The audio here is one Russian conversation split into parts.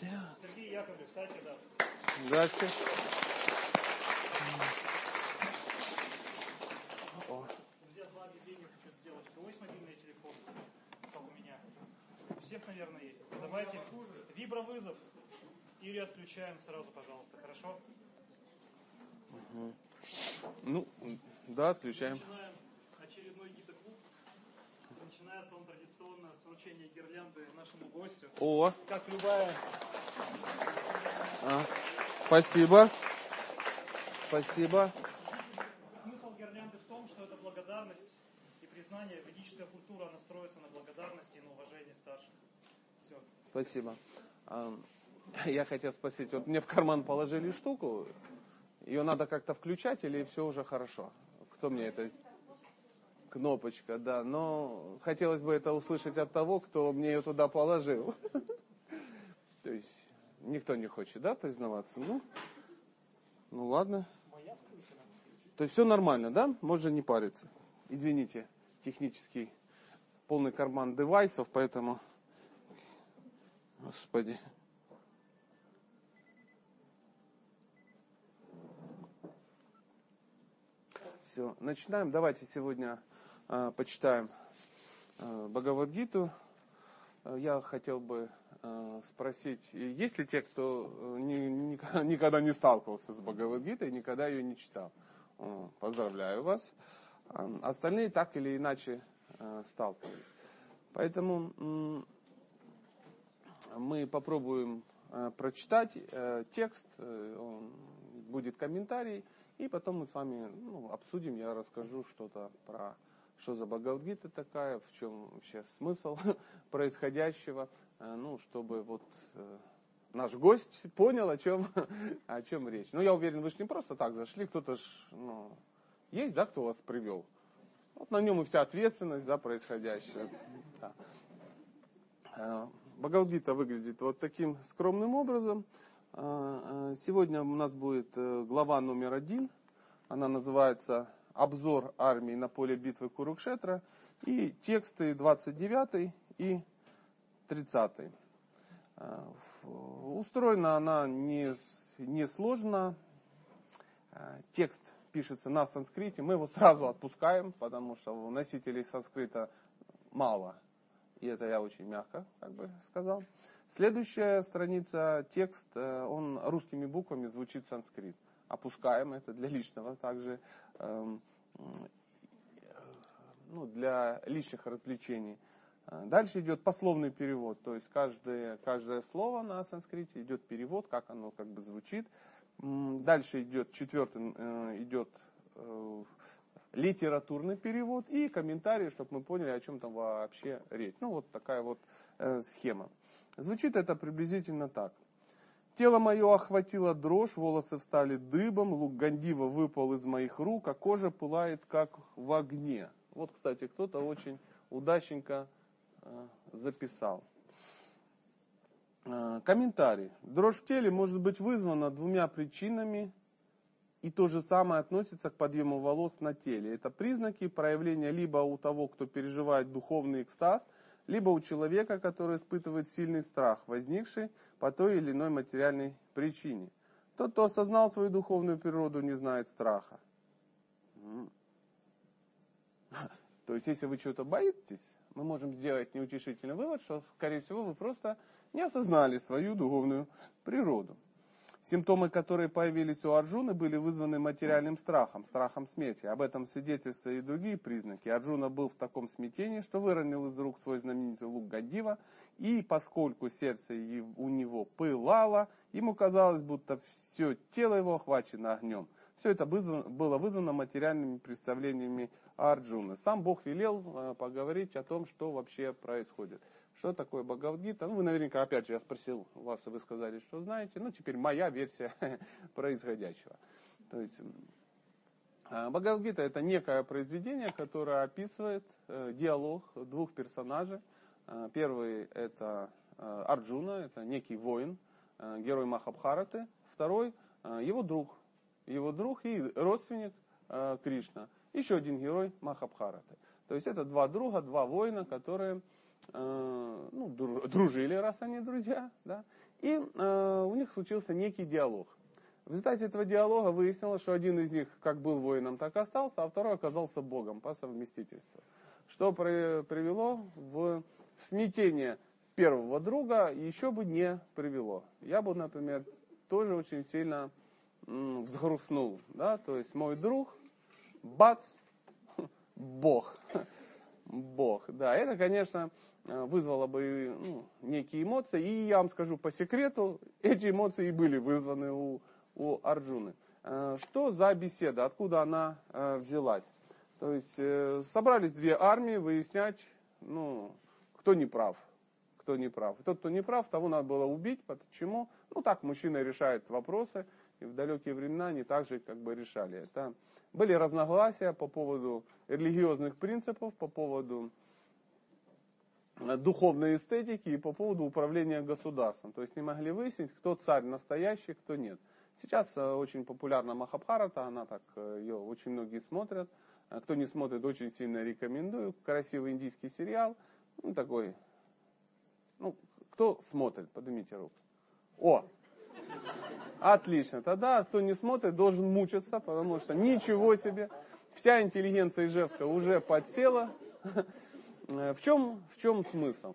Сергей Яковлев, Сатя даст. Здрасте. Друзья, два объявления хочу сделать. У кого есть мобильный телефон? Как у меня. У всех, наверное, есть. Давайте вибровызов или отключаем сразу, пожалуйста. Хорошо? Ну, да, отключаем. Начинаем очередной гидоклуб. Начинается он традиционно с вручения гирлянды нашему гостю. О! Как любая. Спасибо. Спасибо. Смысл гирлянды в том, что это благодарность и признание. Ведическая культура, она строится на благодарности и на уважении старших. Все. Спасибо. Я хотел спросить, вот мне в карман положили штуку, ее надо как-то включать или все уже хорошо? Кто мне это... Кнопочка, да, но хотелось бы это услышать от того, кто мне ее туда положил. То есть никто не хочет, да, признаваться? Ну ладно. То есть все нормально, да? Можно не париться. Извините, технический полный карман девайсов, поэтому... Господи. Все, начинаем. Давайте сегодня почитаем Бхагавад-гиту. Я хотел бы спросить, есть ли те, кто никогда не сталкивался с Бхагавад-гитой, никогда ее не читал? Поздравляю вас. Остальные так или иначе сталкивались. Поэтому мы попробуем прочитать текст, будет комментарий, и потом мы с вами обсудим, я расскажу что-то про что за Бхагавад-гита такая, в чем вообще смысл происходящего, чтобы вот наш гость понял, о чем речь. Я уверен, вы же не просто так зашли, кто-то ж, есть, да, кто вас привел. Вот на нем и вся ответственность за происходящее. Да. Бхагавад-гита выглядит вот таким скромным образом. Сегодня у нас будет глава номер 1. Она называется «Обзор армии на поле битвы Курукшетра». И тексты 29 и 30. Устроена она не сложно. Текст пишется на санскрите. Мы его сразу отпускаем, потому что у носителей санскрита мало. И это я очень мягко сказал. Следующая страница, текст, он русскими буквами звучит санскрит. Опускаем, это для личного также, для личных развлечений. Дальше идет пословный перевод, то есть каждое слово на санскрите идет перевод, как оно звучит. Дальше идет идет литературный перевод и комментарий, чтобы мы поняли, о чем там вообще речь. Вот такая вот схема. Звучит это приблизительно так. Тело мое охватило дрожь, волосы встали дыбом, лук Гандива выпал из моих рук, а кожа пылает, как в огне. Вот, кстати, кто-то очень удачненько записал. Комментарий. Дрожь в теле может быть вызвана двумя причинами, и то же самое относится к подъему волос на теле. Это признаки проявления либо у того, кто переживает духовный экстаз, либо у человека, который испытывает сильный страх, возникший по той или иной материальной причине. Тот, кто осознал свою духовную природу, не знает страха. То есть, если вы чего-то боитесь, мы можем сделать неутешительный вывод, что, скорее всего, вы просто не осознали свою духовную природу. Симптомы, которые появились у Арджуны, были вызваны материальным страхом смерти. Об этом свидетельствуют и другие признаки. Арджуна был в таком смятении, что выронил из рук свой знаменитый лук Гандива, и поскольку сердце у него пылало, ему казалось, будто все тело его охвачено огнем. Все это было вызвано материальными представлениями Арджуны. Сам Бог велел поговорить о том, что вообще происходит. Что такое Бхагавад-гита? Вы наверняка, опять же, я спросил вас, и вы сказали, что знаете. Теперь моя версия происходящего. То есть, Бхагавад-гита — это некое произведение, которое описывает диалог двух персонажей. Первый — это Арджуна, это некий воин, герой Махабхараты. Второй — его друг и родственник Кришна. Еще один герой Махабхараты. То есть, это два друга, два воина, которые... дружили, раз они друзья, да, И у них случился некий диалог. В результате этого диалога выяснилось, что один из них как был воином, так и остался, а второй оказался богом по совместительству. Что привело в смятение первого друга, еще бы не привело. Я бы, например, тоже очень сильно взгрустнул. Да? То есть мой друг, бац, бог. Бог. Да, это, конечно, вызвало бы некие эмоции. И я вам скажу по секрету, эти эмоции и были вызваны у Арджуны. Что за беседа? Откуда она взялась? То есть собрались две армии выяснять, кто не прав. Кто не прав. И тот, кто не прав, того надо было убить. Почему? Так мужчина решает вопросы. И в далекие времена они также решали. Это были разногласия по поводу религиозных принципов, по поводу духовной эстетики и по поводу управления государством. То есть не могли выяснить, кто царь настоящий, кто нет. Сейчас очень популярна Махабхарата, ее очень многие смотрят. Кто не смотрит, очень сильно рекомендую. Красивый индийский сериал. Такой. Кто смотрит? Поднимите руку. О! Отлично. Тогда, кто не смотрит, должен мучиться, потому что ничего себе. Вся интеллигенция Ижевска уже подсела. В чем смысл?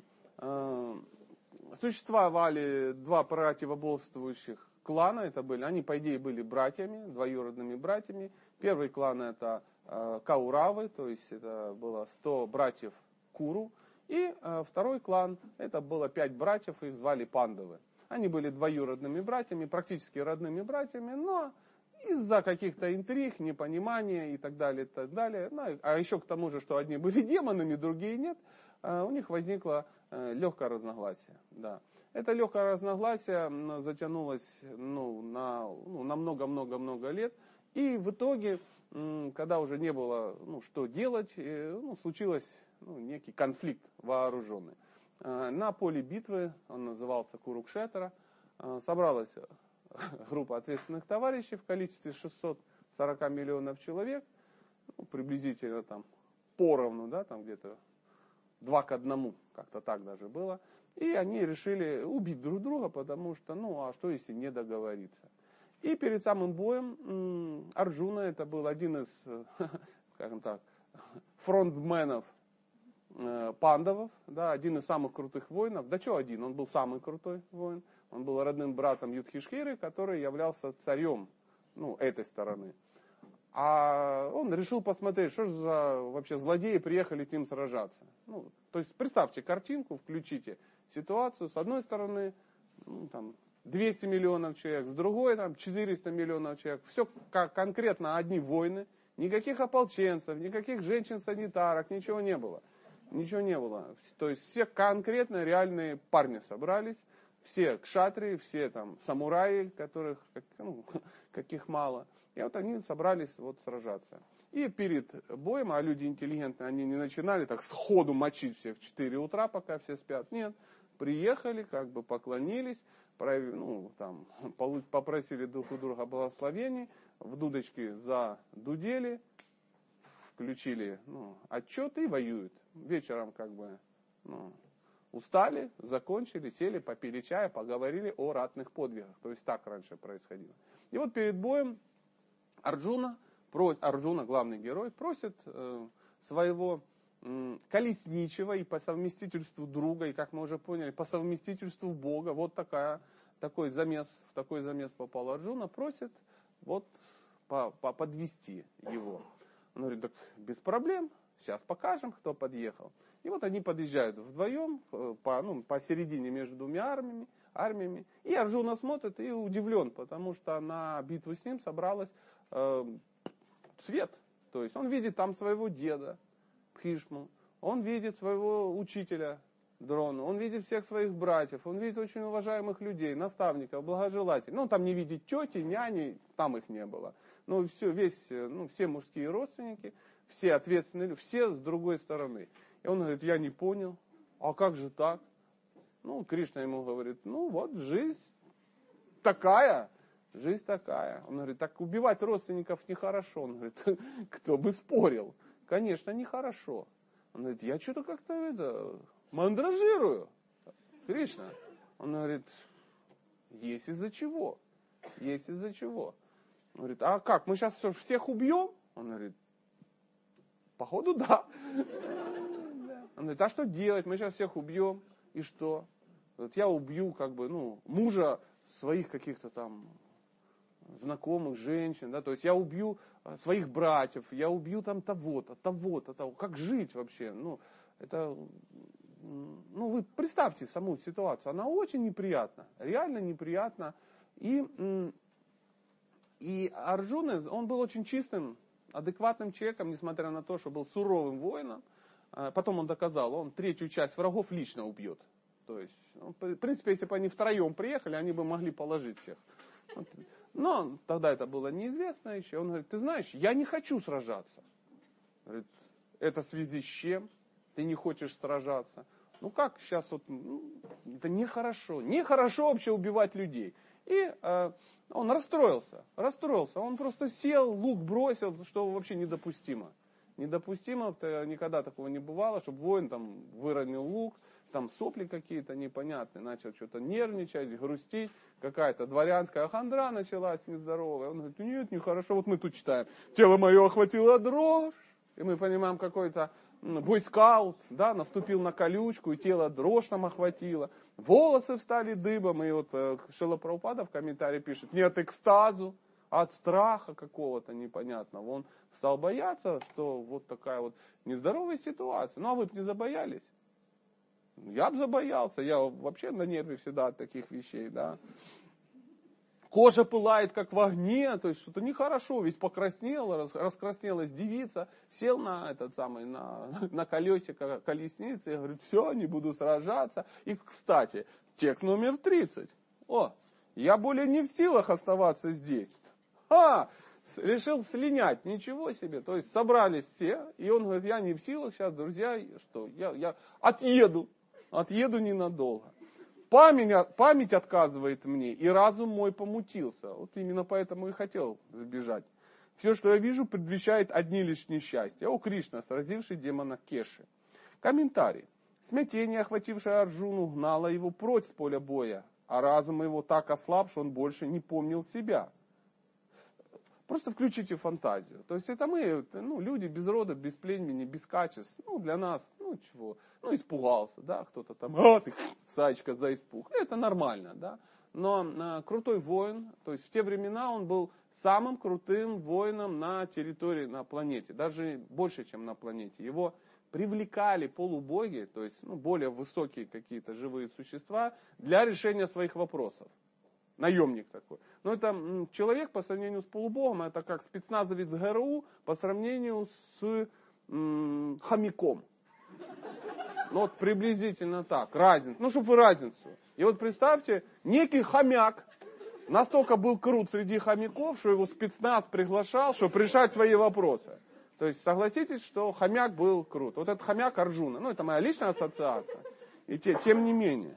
Существовали два противоборствующих клана, они по идее были братьями, двоюродными братьями. Первый клан это Кауравы, то есть это было 100 братьев Куру. И второй клан, это было 5 братьев, их звали Пандавы. Они были двоюродными братьями, практически родными братьями, но из-за каких-то интриг, непонимания и так далее, а еще к тому же, что одни были демонами, другие нет, у них возникло легкое разногласие. Да. Это легкое разногласие затянулось на много-много-много лет. И в итоге, когда уже не было что делать, случился некий конфликт вооруженный. На поле битвы, он назывался Курукшетра, собралась группа ответственных товарищей в количестве 640 миллионов человек, приблизительно поровну, где-то 2 к 1, как-то так даже было. И они решили убить друг друга, потому что, а что если не договориться? И перед самым боем Арджуна, это был один из, скажем так, фронтменов Пандавов, да, один из самых крутых воинов. Да что один, он был самый крутой воин. Он был родным братом Юдхишхиры, который являлся царем этой стороны. А он решил посмотреть, что же за вообще злодеи приехали с ним сражаться. То есть представьте картинку, включите ситуацию. С одной стороны 200 миллионов человек, с другой 400 миллионов человек. Все конкретно одни войны, никаких ополченцев, никаких женщин-санитарок, ничего не было. Ничего не было. То есть все конкретно реальные парни собрались, все кшатрии, все самураи, которых каких мало. И они собрались сражаться. И перед боем, а люди интеллигентные, они не начинали так сходу мочить всех в 4 утра, пока все спят. Нет, приехали, поклонились, попросили друг у друга благословений, в дудочки задудели, включили отчеты и воюют. Вечером устали, закончили, сели, попили чая, поговорили о ратных подвигах. То есть так раньше происходило. И перед боем Арджуна, главный герой, просит своего колесничего и по совместительству друга, и как мы уже поняли, по совместительству Бога, в такой замес попал Арджуна, просит подвести его. Он говорит, так без проблем, сейчас покажем, кто подъехал. И они подъезжают вдвоем, посередине между двумя армиями. И Арджуна смотрит и удивлен, потому что на битву с ним собралась свет. То есть он видит там своего деда, Бхишму, он видит своего учителя Дрону, он видит всех своих братьев, он видит очень уважаемых людей, наставников, благожелателей. Он там не видит тети, няни, там их не было. Все мужские родственники, все ответственные, все с другой стороны. И он говорит, я не понял, а как же так? Кришна ему говорит, жизнь такая. Он говорит, так убивать родственников нехорошо. Он говорит, кто бы спорил? Конечно, нехорошо. Он говорит, я что-то как-то мандражирую. Кришна. Он говорит, Есть из-за чего. Есть из-за чего. Он говорит, а как, мы сейчас всех убьем? Он говорит, походу да. Он говорит, а что делать, мы сейчас всех убьем, и что? Вот я убью мужа своих каких-то там знакомых, женщин, да, то есть я убью своих братьев, я убью там того-то. Как жить вообще? Вы представьте саму ситуацию, она очень неприятна, реально неприятна. И Арджуна, он был очень чистым, адекватным человеком, несмотря на то, что был суровым воином. Потом он доказал, он третью часть врагов лично убьет. То есть, в принципе, если бы они втроем приехали, они бы могли положить всех. Но тогда это было неизвестно еще. Он говорит, ты знаешь, я не хочу сражаться. Говорит, это в связи с чем? Ты не хочешь сражаться? Как сейчас это нехорошо. Нехорошо вообще убивать людей. И он расстроился. Он просто сел, лук бросил, что вообще недопустимо. Недопустимо, никогда такого не бывало, чтобы воин там выронил лук, там сопли какие-то непонятные, начал что-то нервничать, грустить, какая-то дворянская хандра началась нездоровая. Он говорит, нет, нехорошо, вот мы тут читаем, тело мое охватило дрожь, и мы понимаем, какой-то бойскаут, да, наступил на колючку, и тело дрожь нам охватило, волосы встали дыбом, и вот Шрила Прабхупада в комментарии пишет, не от экстазу, а от страха какого-то непонятного. Он стал бояться, что вот такая вот нездоровая ситуация. А вы бы не забоялись? Я бы забоялся, я вообще на нерве всегда от таких вещей, да. Кожа пылает, как в огне, то есть что-то нехорошо, весь покраснел, раскраснелась девица, сел на колесико колесницы, и говорит, все, не буду сражаться. И, кстати, текст номер 30. Я более не в силах оставаться здесь. Решил слинять, ничего себе. То есть собрались все, и он говорит, я не в силах сейчас, друзья, что я отъеду ненадолго. Память отказывает мне, и разум мой помутился. Вот именно поэтому и хотел сбежать. Все, что я вижу, предвещает одни лишь несчастья. О, Кришна, сразивший демона Кеши. Комментарий. Смятение, охватившее Арджуну, гнало его прочь с поля боя, а разум его так ослаб, что он больше не помнил себя. Просто включите фантазию. То есть это мы, люди без рода, без племени, без качеств. Для нас, чего. Испугался, да, кто-то там, ты, Саечка, за испуг. Это нормально, да. Но крутой воин, то есть в те времена он был самым крутым воином на территории, на планете. Даже больше, чем на планете. Его привлекали полубоги, то есть более высокие какие-то живые существа, для решения своих вопросов. Наемник такой. Но это человек по сравнению с полубогом, это как спецназовец ГРУ по сравнению с хомяком. Вот приблизительно так, разница. Чтобы вы разницу. И вот представьте, некий хомяк настолько был крут среди хомяков, что его спецназ приглашал, чтобы решать свои вопросы. То есть согласитесь, что хомяк был крут. Вот этот хомяк Арджуна, это моя личная ассоциация. И тем не менее.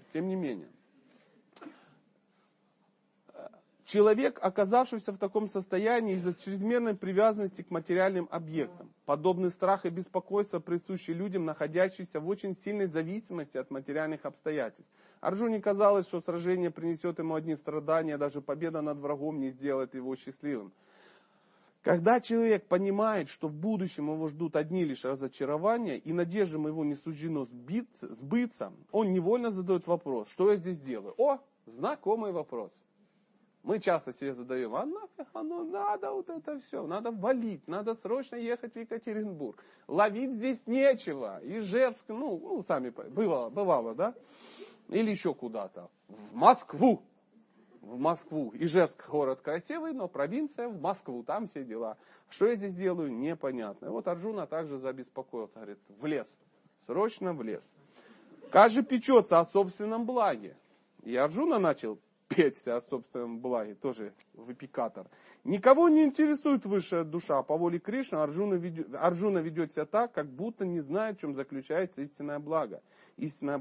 Человек, оказавшийся в таком состоянии из-за чрезмерной привязанности к материальным объектам. Подобный страх и беспокойство присущи людям, находящимся в очень сильной зависимости от материальных обстоятельств. Арджуне казалось, что сражение принесет ему одни страдания, даже победа над врагом не сделает его счастливым. Когда человек понимает, что в будущем его ждут одни лишь разочарования, и надеждам его не суждено сбыться, он невольно задает вопрос, что я здесь делаю? Знакомый вопрос. Мы часто себе задаем, нафиг оно надо вот это все, надо валить, надо срочно ехать в Екатеринбург. Ловить здесь нечего. Ижевск, сами, бывало, да? Или еще куда-то. В Москву. Ижевск город красивый, но провинция в Москву, там все дела. Что я здесь делаю, непонятно. И вот Арджуна также забеспокоился, говорит, в лес, срочно в лес. Каждый печется о собственном благе. И Арджуна начал печься о собственном благе, тоже выпекатор. Никого не интересует высшая душа. По воле Кришны Арджуна ведет себя так, как будто не знает, в чем заключается истинное благо. Истинное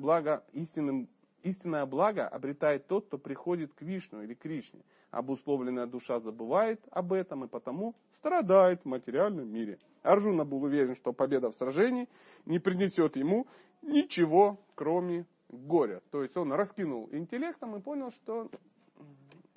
благо обретает тот, кто приходит к Вишну или Кришне. Обусловленная душа забывает об этом и потому страдает в материальном мире. Арджуна был уверен, что победа в сражении не принесет ему ничего, кроме горя. То есть он раскинул интеллектом и понял, что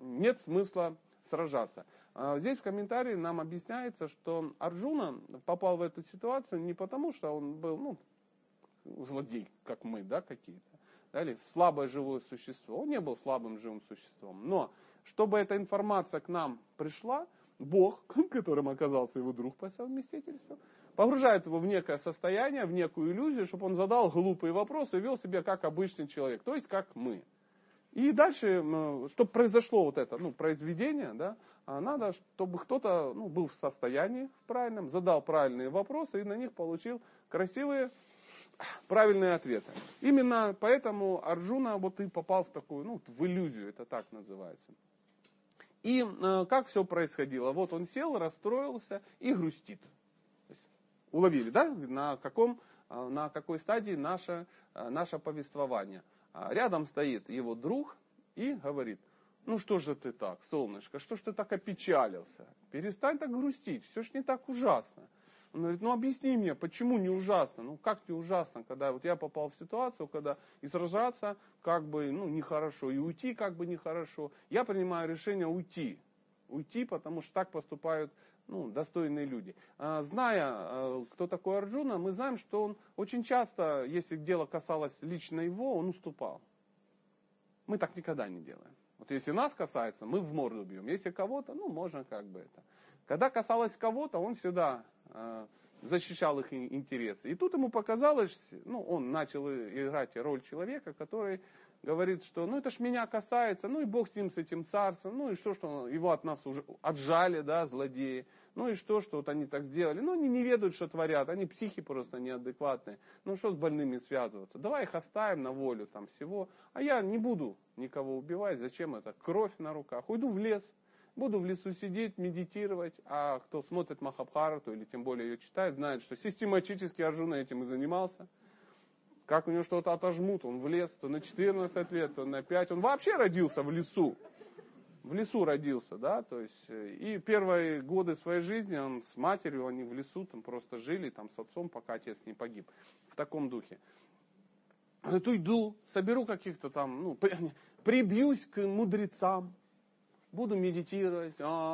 нет смысла сражаться. Здесь в комментарии нам объясняется, что Арджуна попал в эту ситуацию не потому, что он был злодей, как мы, да, какие-то, да, или слабое живое существо. Он не был слабым живым существом. Но чтобы эта информация к нам пришла, Бог, которым оказался его друг по совместительству, погружает его в некое состояние, в некую иллюзию, чтобы он задал глупые вопросы и вел себя как обычный человек, то есть как мы. И дальше, чтобы произошло вот это произведение, да, надо, чтобы кто-то был в состоянии правильном, задал правильные вопросы и на них получил красивые, правильные ответы. Именно поэтому Арджуна вот и попал в такую, в иллюзию, это так называется. И как все происходило? Вот он сел, расстроился и грустит. Уловили, да? На какой стадии наше повествование. Рядом стоит его друг и говорит: ну что же ты так, солнышко, что ж ты так опечалился? Перестань так грустить, все ж не так ужасно. Он говорит: ну объясни мне, почему не ужасно? Ну как не ужасно, когда вот я попал в ситуацию, когда и сражаться как бы нехорошо, и уйти как бы нехорошо. Я принимаю решение уйти. Уйти, потому что так поступают достойные люди. Зная, кто такой Арджуна, мы знаем, что он очень часто, если дело касалось лично его, он уступал. Мы так никогда не делаем. Вот если нас касается, мы в морду бьем. Если кого-то, можно как бы это. Когда касалось кого-то, он всегда защищал их интересы. И тут ему показалось, он начал играть роль человека, который говорит, что это ж меня касается, и Бог с ним, с этим царством, и что его от нас уже отжали, да, злодеи, и что вот они так сделали, они не ведают, что творят, они психи просто неадекватные, что с больными связываться, давай их оставим на волю там всего, а я не буду никого убивать, зачем это, кровь на руках, уйду в лес, буду в лесу сидеть, медитировать, а кто смотрит Махабхарату или тем более ее читает, знает, что систематически Арджуна этим и занимался. Как у него что-то отожмут, он в лес, то на 14 лет, то на 5. Он вообще родился в лесу. В лесу родился, да, то есть, и первые годы своей жизни он с матерью, они в лесу там просто жили, там с отцом, пока отец не погиб. В таком духе. Иду, соберу каких-то там, прибьюсь к мудрецам, буду медитировать,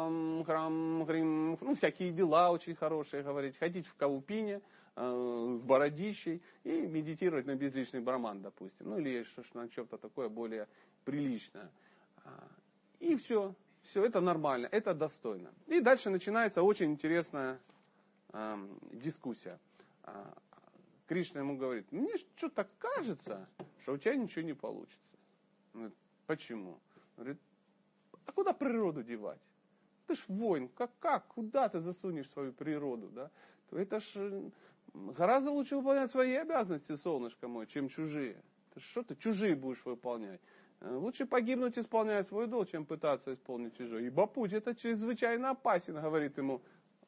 всякие дела очень хорошие говорить, ходить в каупине, с бородищей и медитировать на безличный браман, допустим. Или на что-то такое более приличное. И все, это нормально, это достойно. И дальше начинается очень интересная дискуссия. Кришна ему говорит: мне что-то кажется, что у тебя ничего не получится. Он говорит: почему? Он говорит: а куда природу девать? Ты ж воин, как? Куда ты засунешь свою природу? Да? Это ж гораздо лучше выполнять свои обязанности, солнышко мое, чем чужие. Что ты чужие будешь выполнять? Лучше погибнуть, исполняя свой долг, чем пытаться исполнить чужой. Ибо путь это чрезвычайно опасен, говорит ему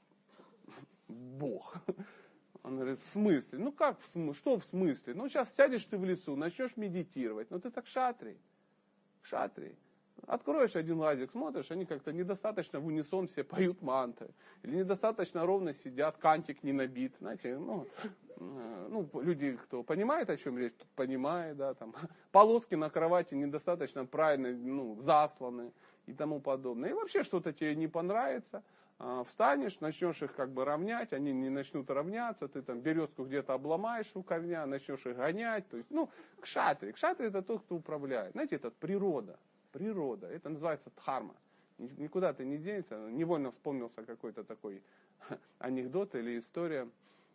Бог. Он говорит: в смысле? Как в смысле? Что в смысле? Сейчас сядешь ты в лесу, начнешь медитировать. Ты так кшатрий. Откроешь один глазик, смотришь, они как-то недостаточно в унисон все поют мантры. Или недостаточно ровно сидят, кантик не набит. Знаете, люди, кто понимает, о чем речь, тот понимает, да, там, полоски на кровати недостаточно правильно, засланы и тому подобное. И вообще что-то тебе не понравится, встанешь, начнешь их как бы равнять, они не начнут равняться, ты там березку где-то обломаешь у корня, начнешь их гонять. То есть, кшатри. Кшатри это тот, кто управляет. Знаете, это природа. Это называется дхарма. Никуда ты не денешься. Невольно вспомнился какой-то такой анекдот или история.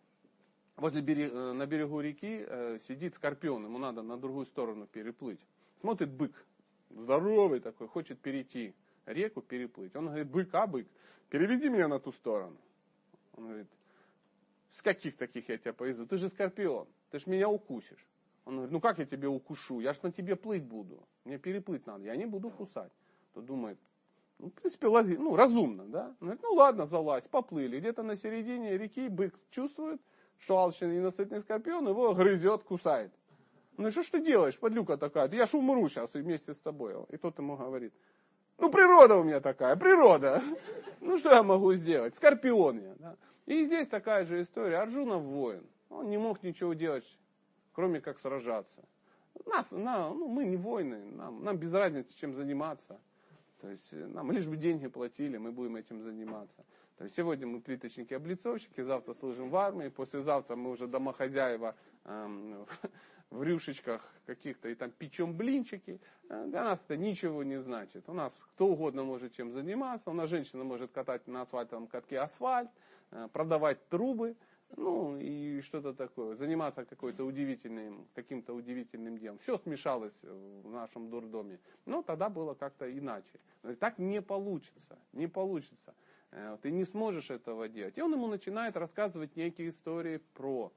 На берегу реки сидит скорпион, ему надо на другую сторону переплыть. Смотрит бык, здоровый такой, хочет перейти реку, переплыть. Он говорит: бык, перевези меня на ту сторону. Он говорит: с каких таких я тебя повезу? Ты же скорпион, ты же меня укусишь. Он говорит: как я тебя укушу? Я ж на тебе плыть буду. Мне переплыть надо, я не буду кусать. Тот думает: в принципе, разумно, да? Он говорит: ладно, залазь, поплыли. Где-то на середине реки бык чувствует, что алчный и ненасытный скорпион его грызет, кусает. Он говорит: что ж ты делаешь, подлюка такая? Я ж умру сейчас вместе с тобой. И тот ему говорит: природа у меня такая, природа. Что я могу сделать? Скорпион я. Да? И здесь такая же история. Арджуна воин. Он не мог ничего делать, кроме как сражаться. Мы не воины, нам без разницы, чем заниматься. То есть нам лишь бы деньги платили, мы будем этим заниматься. То есть сегодня мы плиточники-облицовщики, завтра служим в армии, послезавтра мы уже домохозяева в рюшечках каких-то и там печем блинчики. Для нас это ничего не значит. У нас кто угодно может чем заниматься. У нас женщина может катать на асфальтовом катке асфальт, продавать трубы, ну и что-то такое. Заниматься каким-то удивительным делом. Все смешалось в нашем дурдоме. Но тогда было как-то иначе. Но так не получится. Не получится. Ты не сможешь этого делать. И он ему начинает рассказывать некие истории про,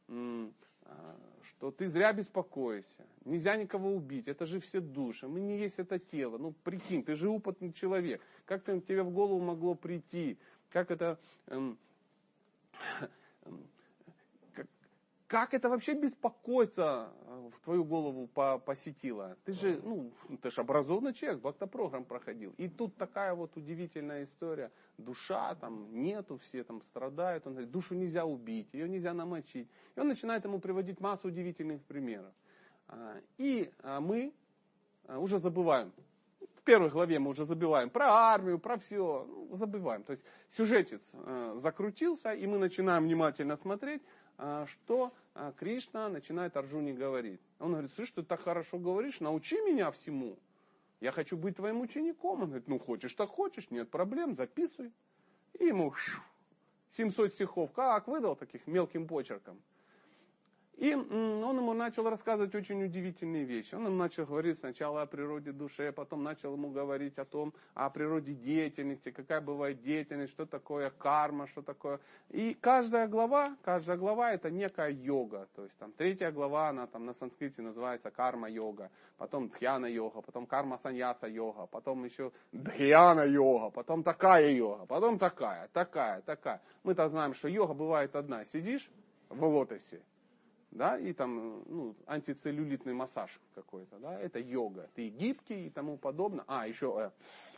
что ты зря беспокоишься, нельзя никого убить, это же все души, мы не есть это тело. Ну прикинь, ты же опытный человек, как тебе в голову могло прийти, как это... Как это вообще беспокоиться в твою голову посетило? Ты же образованный человек, бхакта-программ проходил. И тут такая вот удивительная история. Душа там нету, все там страдают. Он говорит, душу нельзя убить, ее нельзя намочить. И он начинает ему приводить массу удивительных примеров. И мы уже забываем. В первой главе мы уже забываем про армию, про все. Забываем. То есть сюжетец закрутился, и мы начинаем внимательно смотреть, что Кришна начинает Арджуне говорить. Он говорит, слышь, ты так хорошо говоришь, научи меня всему. Я хочу быть твоим учеником. Он говорит, хочешь так хочешь, нет проблем, записывай. И ему 700 стихов, как выдал таких мелким почерком. И он ему начал рассказывать очень удивительные вещи. Он ему начал говорить сначала о природе души, потом начал ему говорить о природе деятельности, какая бывает деятельность, что такое карма, что такое. И каждая глава это некая йога. То есть там 3 глава, она там на санскрите называется карма-йога, потом дхьяна-йога, потом карма-саньяса-йога, потом еще дхьяна-йога, потом такая йога, потом такая. Мы-то знаем, что йога бывает одна. Сидишь в лотосе, да, и там антицеллюлитный массаж какой-то, да, это йога. Ты гибкий и тому подобное. Еще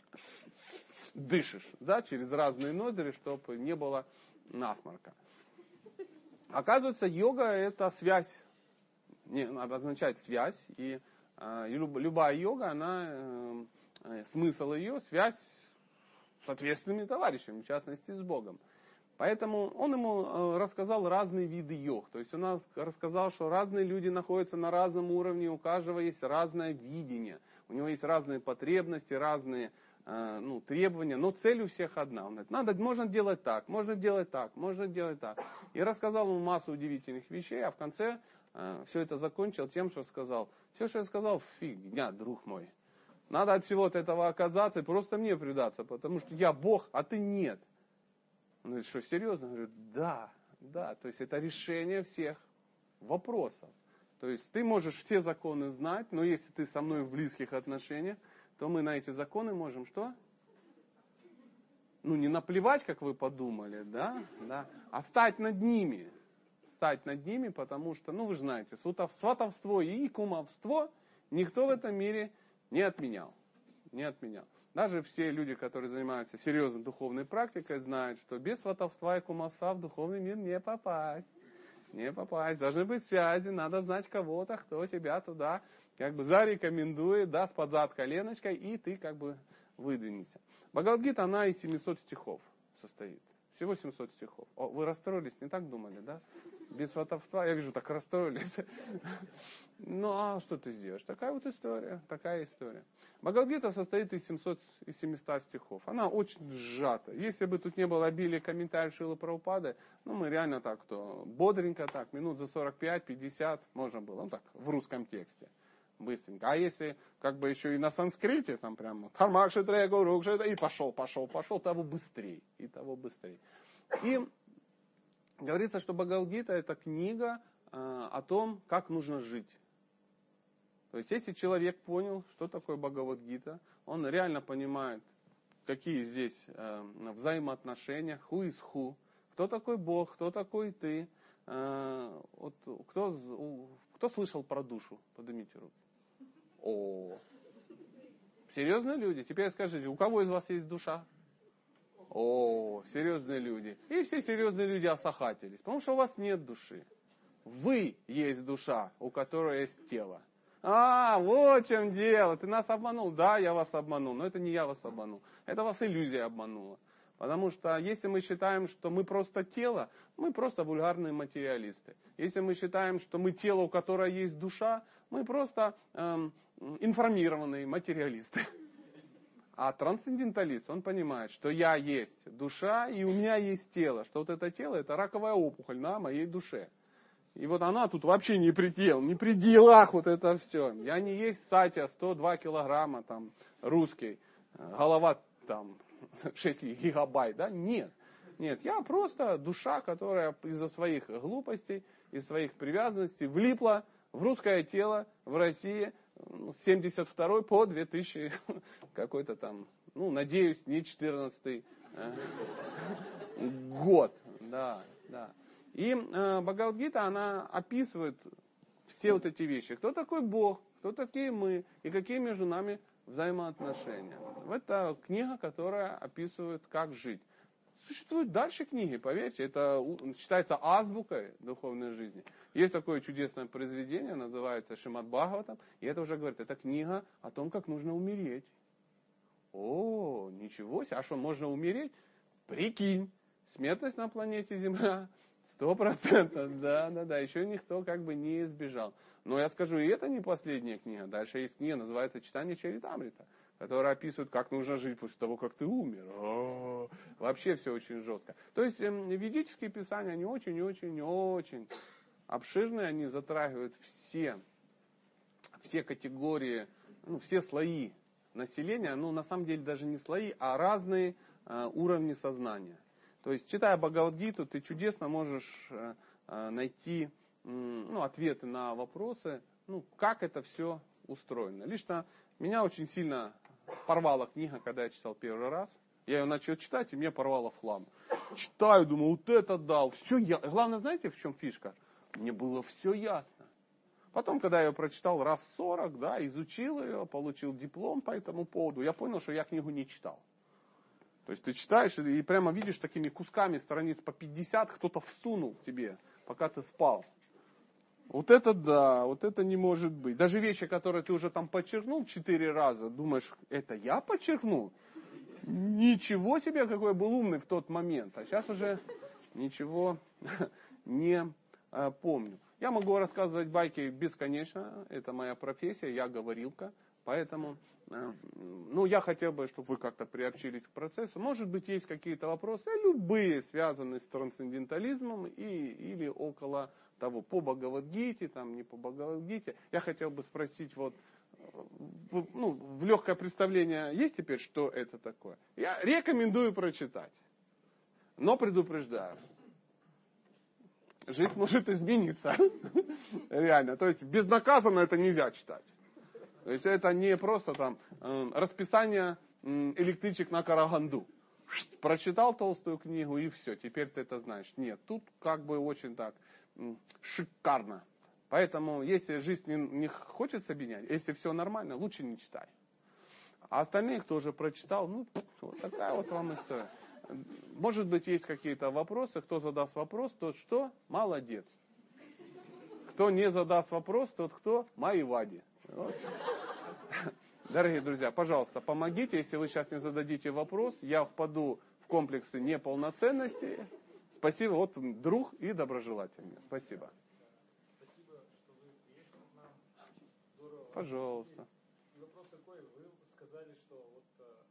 дышишь, да, через разные ноздри, чтобы не было насморка. Оказывается, йога это связь, означает связь, и любая йога, она, смысл ее, связь с ответственными товарищами, в частности с Богом. Поэтому он ему рассказал разные виды йог. То есть он рассказал, что разные люди находятся на разном уровне, у каждого есть разное видение. У него есть разные потребности, разные требования, но цель у всех одна. Он говорит, можно делать так, можно делать так, можно делать так. И рассказал ему массу удивительных вещей, а в конце все это закончил тем, что сказал, все, что я сказал, фигня, друг мой. Надо от всего этого оказаться и просто мне предаться, потому что я Бог, а ты нет. Он говорит, что серьезно? Я говорю, да. То есть это решение всех вопросов. То есть ты можешь все законы знать, но если ты со мной в близких отношениях, то мы на эти законы можем что? Не наплевать, как вы подумали, да? А стать над ними. Потому что, вы же знаете, сватовство и кумовство никто в этом мире не отменял. Даже все люди, которые занимаются серьезной духовной практикой, знают, что без сватовства и кумовства в духовный мир не попасть. Должны быть связи, надо знать кого-то, кто тебя туда зарекомендует, даст под зад коленочкой, и ты выдвинешься. Бхагавад-гита, она из 700 стихов состоит. Всего 700 стихов. Вы расстроились, не так думали, да? Без сватовства, я вижу, так расстроились. А что ты сделаешь? Такая история. Бхагавад-гита состоит из 700 стихов. Она очень сжата. Если бы тут не было обилия комментариев Шрилы Прабхупады, мы реально бодренько минут за 45-50 можно было. В русском тексте. Быстренько. А если еще и на санскрите, там прямо и пошел, того быстрее. И говорится, что Бхагавад-гита это книга о том, как нужно жить. То есть, если человек понял, что такое Бхагавад-гита, он реально понимает, какие здесь взаимоотношения, who is who, кто такой Бог, кто такой ты, кто слышал про душу, поднимите руку. Серьезные люди. Теперь скажите, у кого из вас есть душа? Серьезные люди. И все серьезные люди осахатились, потому что у вас нет души. Вы есть душа, у которой есть тело. Вот в чем дело, ты нас обманул. Да, я вас обманул, но это не я вас обманул. Это вас иллюзия обманула. Потому что если мы считаем, что мы просто тело, мы просто вульгарные материалисты. Если мы считаем, что мы тело, у которого есть душа, мы просто информированные материалисты. А трансценденталист, он понимает, что я есть душа, и у меня есть тело. Что вот это тело, это раковая опухоль на моей душе. И вот она тут вообще не при делах вот это все. Я не есть Сатя, 102 килограмма, там, русский, голова там 6 гигабайт, да? Нет. Нет, я просто душа, которая из-за своих глупостей, из своих привязанностей влипла в русское тело в России с 72 по 2000 какой-то там, надеюсь, не 14 год. Да, да. И Бхагавад-гита, она описывает все вот эти вещи. Кто такой Бог, кто такие мы и какие между нами взаимоотношения. Это книга, которая описывает, как жить. Существуют дальше книги, поверьте, это считается азбукой духовной жизни. Есть такое чудесное произведение, называется Шримад Бхагаватам, и это уже говорит, это книга о том, как нужно умереть. О, ничего себе, а что, можно умереть? Прикинь, смертность на планете Земля 100%, да, еще никто как бы не избежал. Но я скажу, и это не последняя книга, дальше есть книга, называется «Читание Чаритамрита», которая описывает, как нужно жить после того, как ты умер. Вообще все очень жестко. То есть ведические писания, они очень обширные, они затрагивают все категории, все слои населения, на самом деле даже не слои, а разные уровни сознания. То есть, читая Бхагавад-гиту, ты чудесно можешь найти ответы на вопросы, как это все устроено. Лично меня очень сильно порвала книга, когда я читал первый раз. Я ее начал читать, и меня порвало в хлам. Читаю, думаю, вот это дал. Все я. Главное, знаете, в чем фишка? Мне было все ясно. Потом, когда я ее прочитал раз 40, изучил ее, получил диплом по этому поводу, я понял, что я книгу не читал. То есть ты читаешь и прямо видишь такими кусками страниц по 50, кто-то всунул тебе, пока ты спал. Вот это да, вот это не может быть. Даже вещи, которые ты уже там подчеркнул 4 раза, думаешь, это я подчеркнул? Ничего себе, какой я был умный в тот момент. А сейчас уже ничего не помню. Я могу рассказывать байки бесконечно, это моя профессия, я говорилка. Поэтому, я хотел бы, чтобы вы как-то приобщились к процессу. Может быть, есть какие-то вопросы, любые, связанные с трансцендентализмом или около того, по Бхагавад-гите, там не по Бхагавад-гите. Я хотел бы спросить, в легкое представление есть теперь, что это такое? Я рекомендую прочитать, но предупреждаю. Жизнь может измениться. Реально. То есть безнаказанно это нельзя читать. То есть это не просто там расписание электричек на Караганду. Прочитал толстую книгу и все, теперь ты это знаешь. Нет, тут как бы очень так шикарно. Поэтому, если жизнь не хочется менять, если все нормально, лучше не читай. А остальные, кто уже прочитал, вот такая вот вам история. Может быть, есть какие-то вопросы. Кто задаст вопрос, тот что? Молодец. Кто не задаст вопрос, тот кто? Майвади. Вот. Дорогие друзья, пожалуйста, помогите. Если вы сейчас не зададите вопрос, я впаду в комплексы неполноценности. Спасибо, вот друг и доброжелательный. Спасибо. Спасибо, что вы приехали к нам. Здорово. Пожалуйста. И вопрос такой, вы сказали, что вот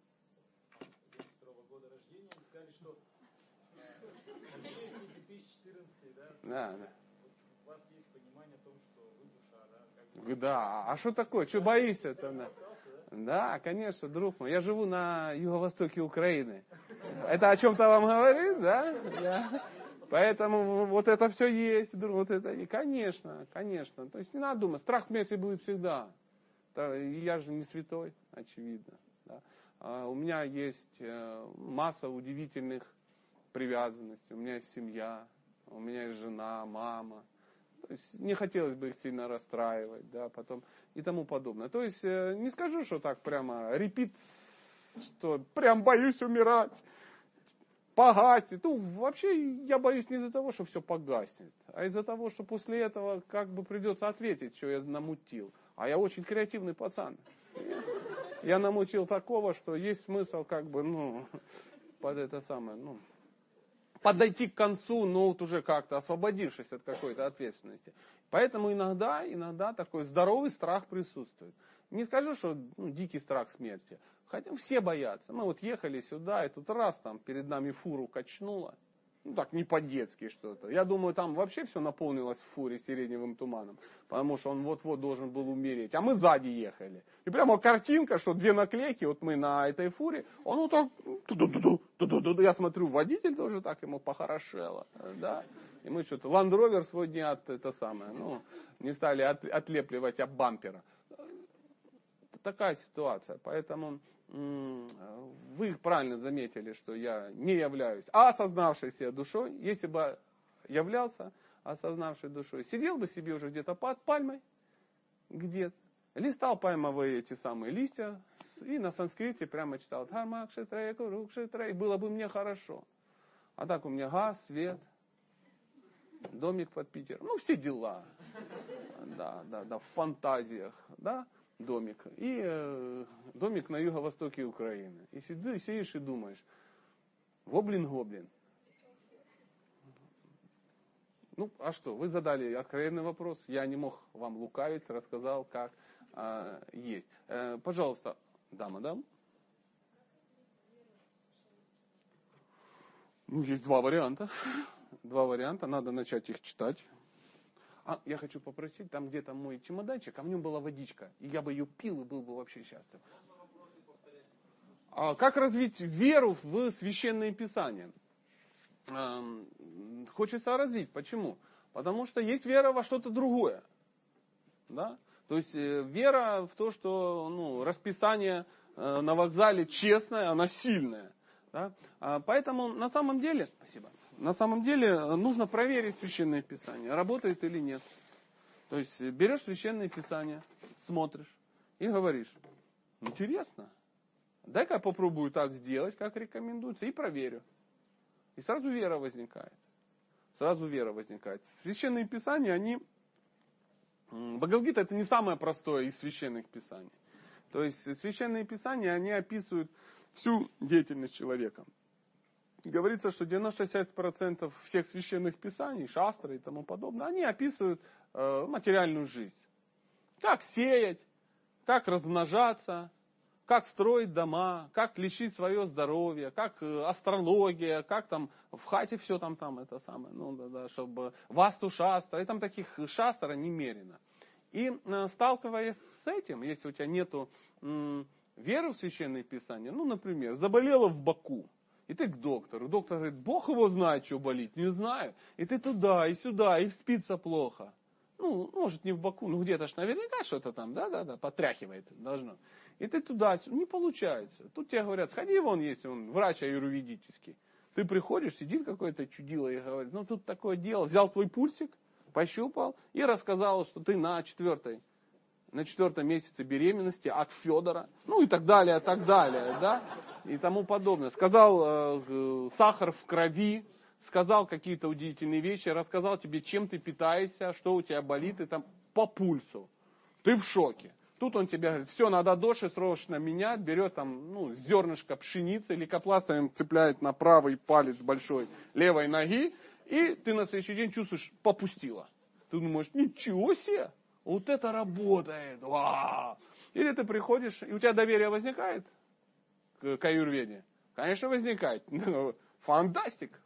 72 года рождения, и сказали, что надеюсь, не 2014, да? Да. Вот у вас есть понимание о том, что вы душа, да? Как бы... Да, а что такое? Что боишься-то? Да, конечно, друг мой. Я живу на юго-востоке Украины. Это о чем-то вам говорит, да? Да. Поэтому вот это все есть, вот это. И конечно. То есть не надо думать, страх смерти будет всегда. Я же не святой, очевидно. Да. У меня есть масса удивительных привязанностей. У меня есть семья, у меня есть жена, мама. То есть не хотелось бы их сильно расстраивать, да, потом и тому подобное. То есть не скажу, что так прямо репит, что прям боюсь умирать, погаснет. Вообще я боюсь не из-за того, что все погаснет, а из-за того, что после этого как бы придется ответить, что я намутил. А я очень креативный пацан. Я намутил такого, что есть смысл как бы, под это самое, подойти к концу, но вот уже как-то освободившись от какой-то ответственности. Поэтому иногда такой здоровый страх присутствует. Не скажу, что дикий страх смерти. Хотя все боятся. Мы вот ехали сюда, и тут раз там перед нами фуру качнуло. Так не по-детски что-то. Я думаю, там вообще все наполнилось в фуре сиреневым туманом. Потому что он вот-вот должен был умереть. А мы сзади ехали. И прямо картинка, что две наклейки, вот мы на этой фуре, он вот так, я смотрю, водитель тоже так ему похорошело. Да? И мы что-то, Land Rover сегодня не стали отлепливать от бампера. Такая ситуация. Поэтому вы правильно заметили, что я не являюсь осознавшейся душой. Если бы являлся осознавшей душой, сидел бы себе уже где-то под пальмой, где-то, листал пальмовые эти самые листья и на санскрите прямо читал Дхарма Кшетрая, Куру Кшетрая, и было бы мне хорошо. А так у меня газ, свет, домик под Питер, все дела. Да, в фантазиях, да. Домик. И домик на юго-востоке Украины. И сидишь и думаешь, гоблин. А что, вы задали откровенный вопрос, я не мог вам лукавить, рассказал, как есть. Пожалуйста, мадам. Есть два варианта. Надо начать их читать. Я хочу попросить, там где-то мой чемоданчик, а в нем была водичка. И я бы ее пил и был бы вообще счастлив. Как развить веру в священные писания? Хочется развить. Почему? Потому что есть вера во что-то другое. Да? То есть вера в то, что расписание на вокзале честное, оно сильное. Да? Поэтому на самом деле... Спасибо. На самом деле нужно проверить священное писание, работает или нет. То есть берешь священное писание, смотришь и говоришь, интересно, дай-ка я попробую так сделать, как рекомендуется, и проверю. И сразу вера возникает. Священные писания, Бхагавад-гита это не самое простое из священных писаний. То есть священные писания, они описывают всю деятельность человека. Говорится, что 96% всех священных писаний, шастры и тому подобное, они описывают материальную жизнь. Как сеять, как размножаться, как строить дома, как лечить свое здоровье, как астрология, как там в хате все там это самое, чтобы васту шастра, и там таких шастр немерено. И сталкиваясь с этим, если у тебя нету веры в священные писания, например, заболела в боку, и ты к доктору. Доктор говорит, Бог его знает, что болит, не знаю. И ты туда, и сюда, и спится плохо. Может не в боку, где-то ж наверняка что-то там, потряхивает должно. И ты туда, не получается. Тут тебе говорят, сходи вон, если он врач аюрведический. Ты приходишь, сидит какое-то чудило и говорит, тут такое дело. Взял твой пульсик, пощупал и рассказал, что ты на 4-м месяце беременности от Федора, и так далее, да, и тому подобное. Сказал сахар в крови, сказал какие-то удивительные вещи, рассказал тебе, чем ты питаешься, что у тебя болит, и там по пульсу. Ты в шоке. Тут он тебе говорит, все, надо доши срочно менять, берет там, зернышко пшеницы, лейкопластырем цепляет на правый палец большой левой ноги, и ты на следующий день чувствуешь, попустило. Ты думаешь, ничего себе, вот это работает, вау. Или ты приходишь, и у тебя доверие возникает к аюрведе? Конечно, возникает. Фантастик.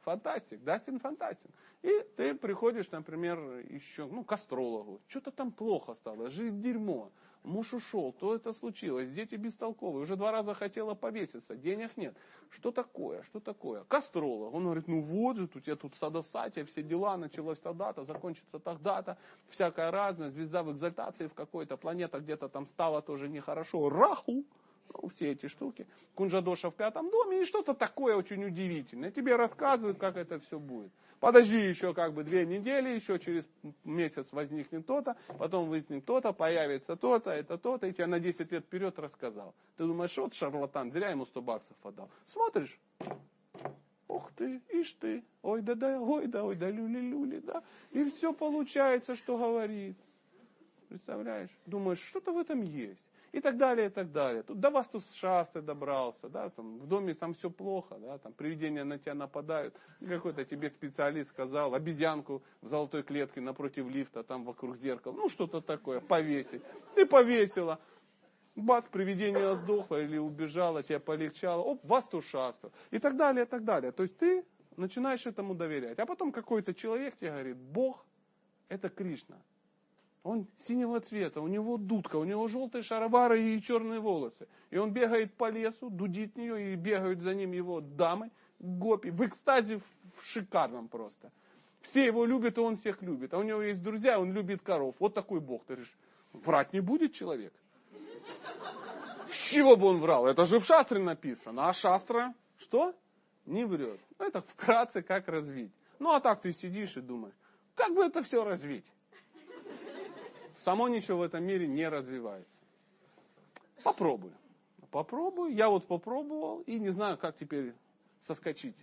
И ты приходишь, например, еще, к астрологу. Что-то там плохо стало, жизнь дерьмо. Муж ушел, то это случилось, дети бестолковые, уже 2 раза хотела повеситься, денег нет. Что такое? К астрологу. Он говорит, вот же, у тебя тут садосатия, все дела, началось тогда-то, закончится тогда-то, всякое разное, звезда в экзальтации в какой-то, планета где-то там стала тоже нехорошо, Раху. Все эти штуки. Кунджадоша в 5-м доме и что-то такое очень удивительное. Тебе рассказывают, как это все будет. Подожди еще 2 недели, еще через месяц возникнет то-то, потом возникнет то-то, появится то-то, это то-то, и тебе на 10 лет вперед рассказал. Ты думаешь, вот шарлатан, зря ему 100 баксов отдал. Смотришь, ух ты, ишь ты, ой да, люли-люли, да. И все получается, что говорит. Представляешь? Думаешь, что-то в этом есть. И так далее, и так далее. Тут до вас тут шасты добрался, да, там, в доме там все плохо, да, там привидения на тебя нападают. Какой-то тебе специалист сказал, обезьянку в золотой клетке напротив лифта, там вокруг зеркала, ну что-то такое, повесить. Ты повесила. Бац, привидение сдохло или убежало, тебе полегчало, оп, вас тут шаста. И так далее, и так далее. То есть ты начинаешь этому доверять. А потом какой-то человек тебе говорит, Бог это Кришна. Он синего цвета, у него дудка, у него желтые шаровары и черные волосы. И он бегает по лесу, дудит в нее, и бегают за ним его дамы, гопи, в экстазе в шикарном просто. Все его любят, и он всех любит. А у него есть друзья, он любит коров. Вот такой Бог. Ты говоришь, врать не будет человек? С чего бы он врал? Это же в шастре написано. А шастра что? Не врет. Ну, это вкратце как развить. Ну, а так ты сидишь и думаешь, как бы это все развить? Само ничего в этом мире не развивается. Попробуй. Попробуй. Я вот попробовал и не знаю, как теперь соскочить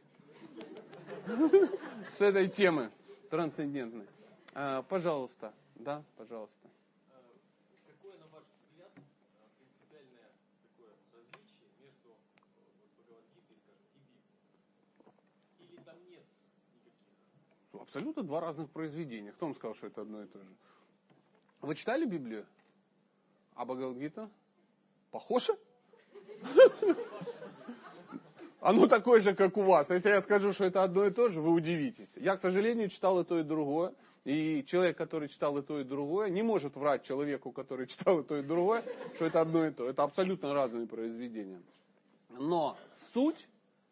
с этой темы трансцендентной. Пожалуйста. Да, пожалуйста. Какое, на ваш взгляд, принципиальное такое различие между Бхагавад-гитой, скажем, и Библией? Или там нет никаких? Абсолютно два разных произведения. Кто вам сказал, что это одно и то же? Вы читали Библию? А Бхагавад-гита? Похоже? Оно такое же, как у вас. Если я скажу, что это одно и то же, вы удивитесь. Я, к сожалению, читал и то, и другое. И человек, который читал и то, и другое, не может врать человеку, который читал и то, и другое, что это одно и то. Это абсолютно разные произведения. Но суть,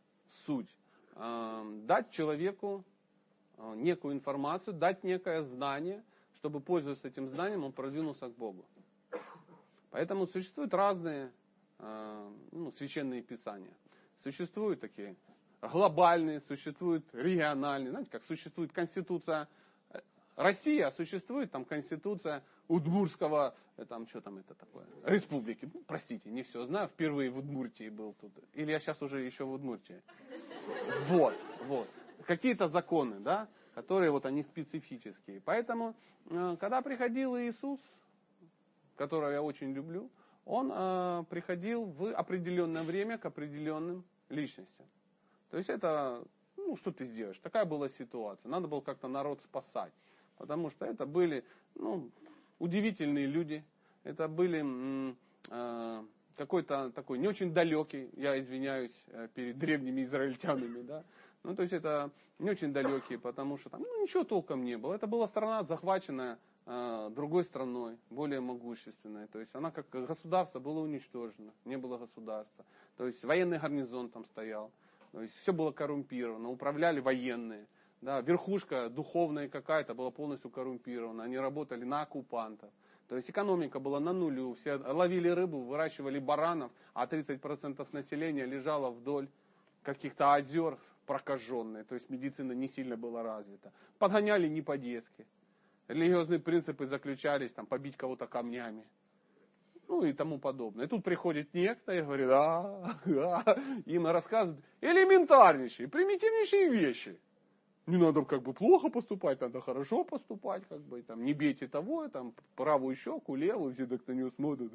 дать человеку некую информацию, дать некое знание, чтобы, пользуясь этим знанием, он продвинулся к Богу. Поэтому существуют разные священные писания. Существуют такие глобальные, существуют региональные. Знаете, как существует Конституция России, а существует там Конституция Удмуртского, там что там это такое, республики. Ну, простите, не все знаю, впервые в Удмуртии был тут. Или я сейчас уже еще в Удмуртии. Вот. Какие-то законы, да, которые вот они специфические. Поэтому, когда приходил Иисус, которого я очень люблю, он приходил в определенное время к определенным личностям. То есть это, что ты сделаешь? Такая была ситуация. Надо было как-то народ спасать. Потому что это были, удивительные люди. Это были какой-то такой не очень далекий, я извиняюсь перед древними израильтянами, да. То есть это не очень далекие, потому что там ничего толком не было. Это была страна, захваченная другой страной, более могущественной. То есть она как государство была уничтожена, не было государства. То есть военный гарнизон там стоял. То есть все было коррумпировано, управляли военные. Да, верхушка духовная какая-то была полностью коррумпирована. Они работали на оккупантов. То есть экономика была на нулю. Все ловили рыбу, выращивали баранов, а 30% населения лежало вдоль каких-то озер прокаженные. То есть медицина не сильно была развита. Подгоняли не по-детски. Религиозные принципы заключались, там, побить кого-то камнями. И тому подобное. И тут приходит некто и говорит, им рассказывают элементарнейшие, примитивнейшие вещи. Не надо плохо поступать, надо хорошо поступать, там, не бейте того, там, правую щеку, левую, все так на нее смотрят.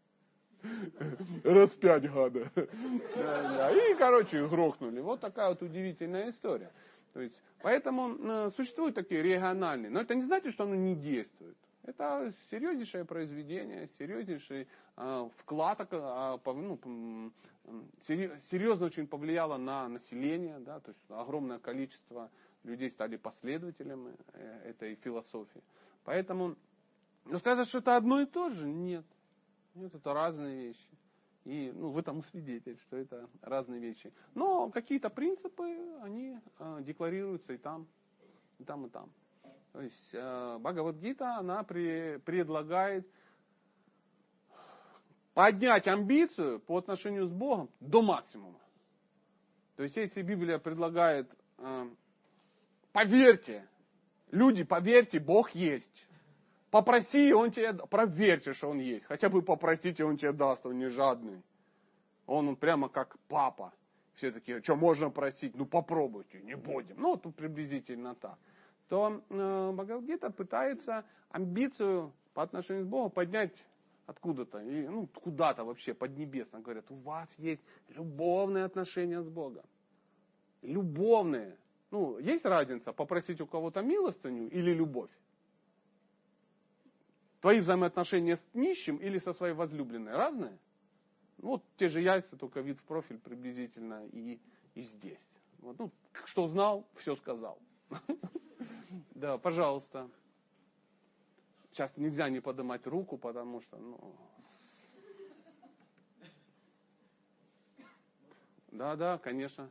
Распять гада. И, грохнули. Вот такая вот удивительная история. То есть, поэтому существуют такие региональные. Но это не значит, что оно не действует. Это серьезнейшее произведение, серьезнейший вклад, серьезно очень повлияло на население, да, то есть огромное количество людей стали последователями этой философии. Поэтому, сказать, что это одно и то же, нет. Нет, это разные вещи. И вы тому свидетель, что это разные вещи. Но какие-то принципы, они декларируются и там, и там, и там. То есть Бхагавад-гита, она предлагает поднять амбицию по отношению с Богом до максимума. То есть если Библия предлагает, поверьте, люди, поверьте, Бог есть. Попроси, и он тебе, проверьте, что он есть. Хотя бы попросите, он тебе даст, он не жадный. Он прямо как папа. Все такие, что можно просить? Попробуйте, не будем. Тут приблизительно так. то Бхагавад-гита пытается амбицию по отношению к Богу поднять откуда-то, и, куда-то вообще, поднебесно. Говорят, у вас есть любовные отношения с Богом. Любовные. Есть разница попросить у кого-то милостыню или любовь? Твои взаимоотношения с нищим или со своей возлюбленной разные? Те же яйца, только вид в профиль приблизительно и здесь. Что знал, все сказал. Да, пожалуйста. Сейчас нельзя не поднимать руку, потому что, Да, конечно.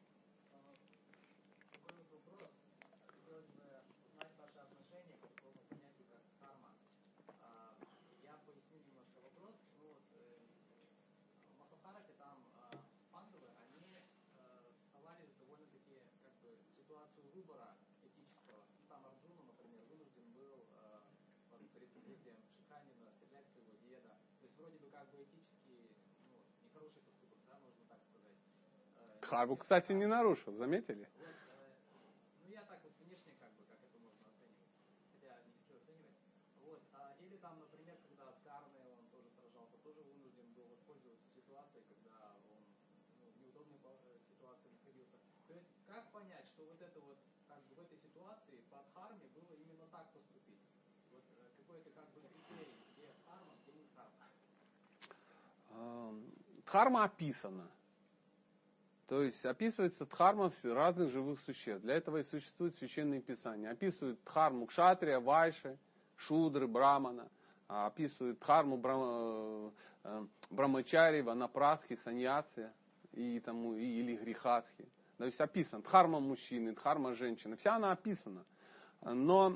Выбора этического. Там Арджуна, например, вынужден был перед прибытием Шикханина стрелять в своего деда. То есть вроде бы этически нехороший поступок, да, можно так сказать. Дхарму, кстати, не нарушил, заметили? Я так внешне как это можно оценивать. Хотя не хочу оценивать. Или там, например, когда с Карной он тоже сражался, тоже вынужден был воспользоваться ситуацией, когда он в неудобной ситуации находился. То есть как понять, что в этой ситуации по дхарме было именно так поступить? Какой-то критерий, где дхарма, где не дхарма? Дхарма описана. То есть описывается дхарма разных живых существ. Для этого и существуют священные писания. Описывают дхарму кшатрия, вайши, шудры, брамана. Описывают дхарму брамачари, ванапрасхи, саньяси или грехасхи. То есть описано дхарма мужчины, дхарма женщины. Вся она описана. Но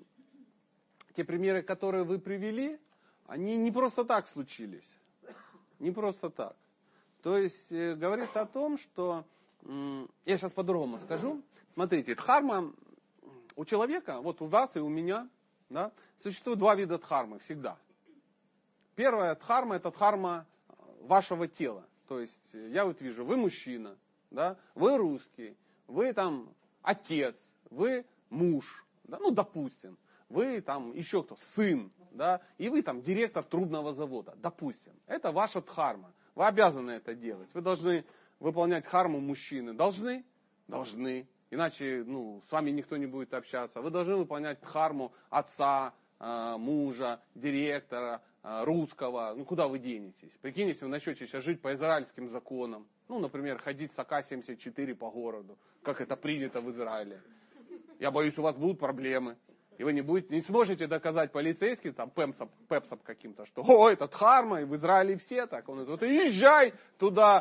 те примеры, которые вы привели, они не просто так случились. Не просто так. То есть говорится о том, что... Я сейчас по-другому скажу. Смотрите, дхарма у человека, у вас и у меня, да, существует два вида дхармы всегда. Первая дхарма – это дхарма вашего тела. То есть я вижу, вы мужчина, да, вы русский, вы отец, вы муж, да, допустим, вы еще кто, сын, да, и вы директор трубного завода, допустим. Это ваша дхарма. Вы обязаны это делать. Вы должны выполнять дхарму мужчины. Должны? Должны. Иначе с вами никто не будет общаться. Вы должны выполнять дхарму отца, мужа, директора, русского. Куда вы денетесь? Прикинь, если вы начнете сейчас жить по израильским законам. Например, ходить с АК-74 по городу, как это принято в Израиле. Я боюсь, у вас будут проблемы. И вы не сможете доказать полицейским, пепсом каким-то, что это дхарма, и в Израиле все так. Он говорит, езжай туда.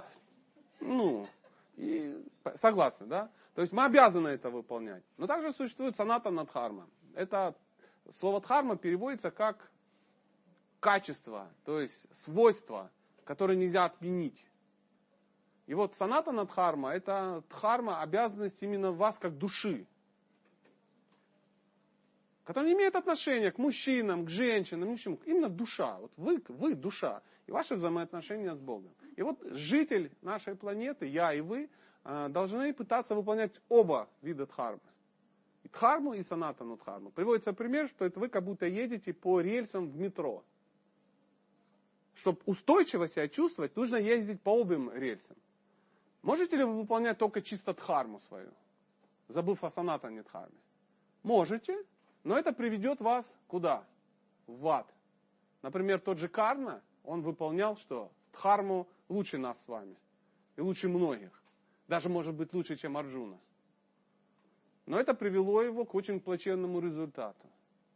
И согласны, да? То есть мы обязаны это выполнять. Но также существует санатана дхарма. Это слово дхарма переводится как качество, то есть свойство, которое нельзя отменить. И санатана дхарма, это дхарма, обязанность именно вас как души, которая не имеет отношения к мужчинам, к женщинам, ни к чему. Именно душа. Вы душа. И ваши взаимоотношения с Богом. И житель нашей планеты, я и вы, должны пытаться выполнять оба вида дхармы. И дхарму, и санатану дхарму. Приводится пример, что это вы как будто едете по рельсам в метро. Чтобы устойчиво себя чувствовать, нужно ездить по обеим рельсам. Можете ли вы выполнять только чисто дхарму свою, забыв о санатане дхарме? Можете. Но это приведет вас куда? В ад. Например, тот же Карна, он выполнял что? Дхарму лучше нас с вами. И лучше многих. Даже, может быть, лучше, чем Арджуна. Но это привело его к очень плачевному результату.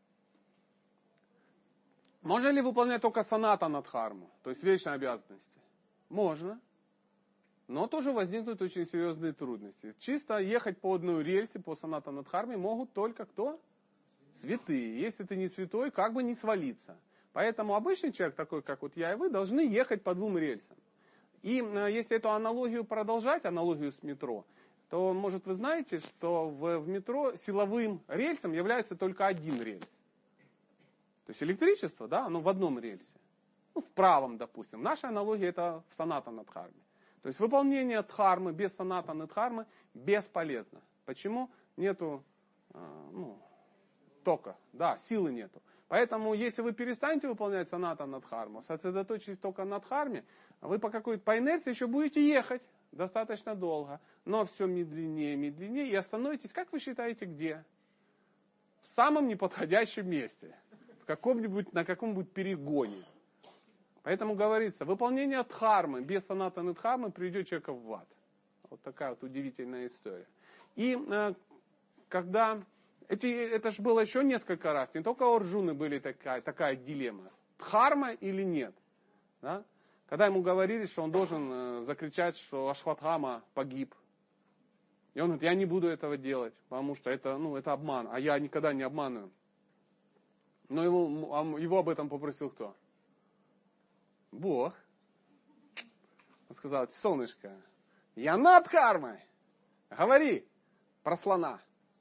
Можно ли выполнять только санатана дхарму, то есть вечные обязанности? Можно. Но тоже возникнут очень серьезные трудности. Чисто ехать по одной рельсе, по санатана дхарме могут только кто? Святые. Если ты не святой, как бы не свалиться. Поэтому обычный человек, такой как я и вы, должны ехать по двум рельсам. И если эту аналогию продолжать, аналогию с метро, то, может, вы знаете, что в метро силовым рельсом является только один рельс. То есть электричество, да, оно в одном рельсе. В правом, допустим. Наша аналогия это в санатана дхарме. То есть выполнение дхармы без санатаны дхармы бесполезно. Почему? Нету тока. Да, силы нету. Поэтому, если вы перестанете выполнять санатана дхарму, сосредоточитесь только на дхарме, вы по инерции еще будете ехать достаточно долго, но все медленнее, медленнее, и остановитесь, как вы считаете, где? В самом неподходящем месте, на каком-нибудь перегоне. Поэтому говорится, выполнение дхармы без санатаны дхармы приведет человека в ад. Вот такая вот удивительная история. И когда... Это же было еще несколько раз. Не только у Арджуны были такая дилемма. Дхарма или нет. Да? Когда ему говорили, что он должен закричать, что Ашватхама погиб. И он говорит, я не буду этого делать, потому что это обман. А я никогда не обманываю. Но его об этом попросил кто? Бог. Он сказал, солнышко, я над дхармой. Говори про слона.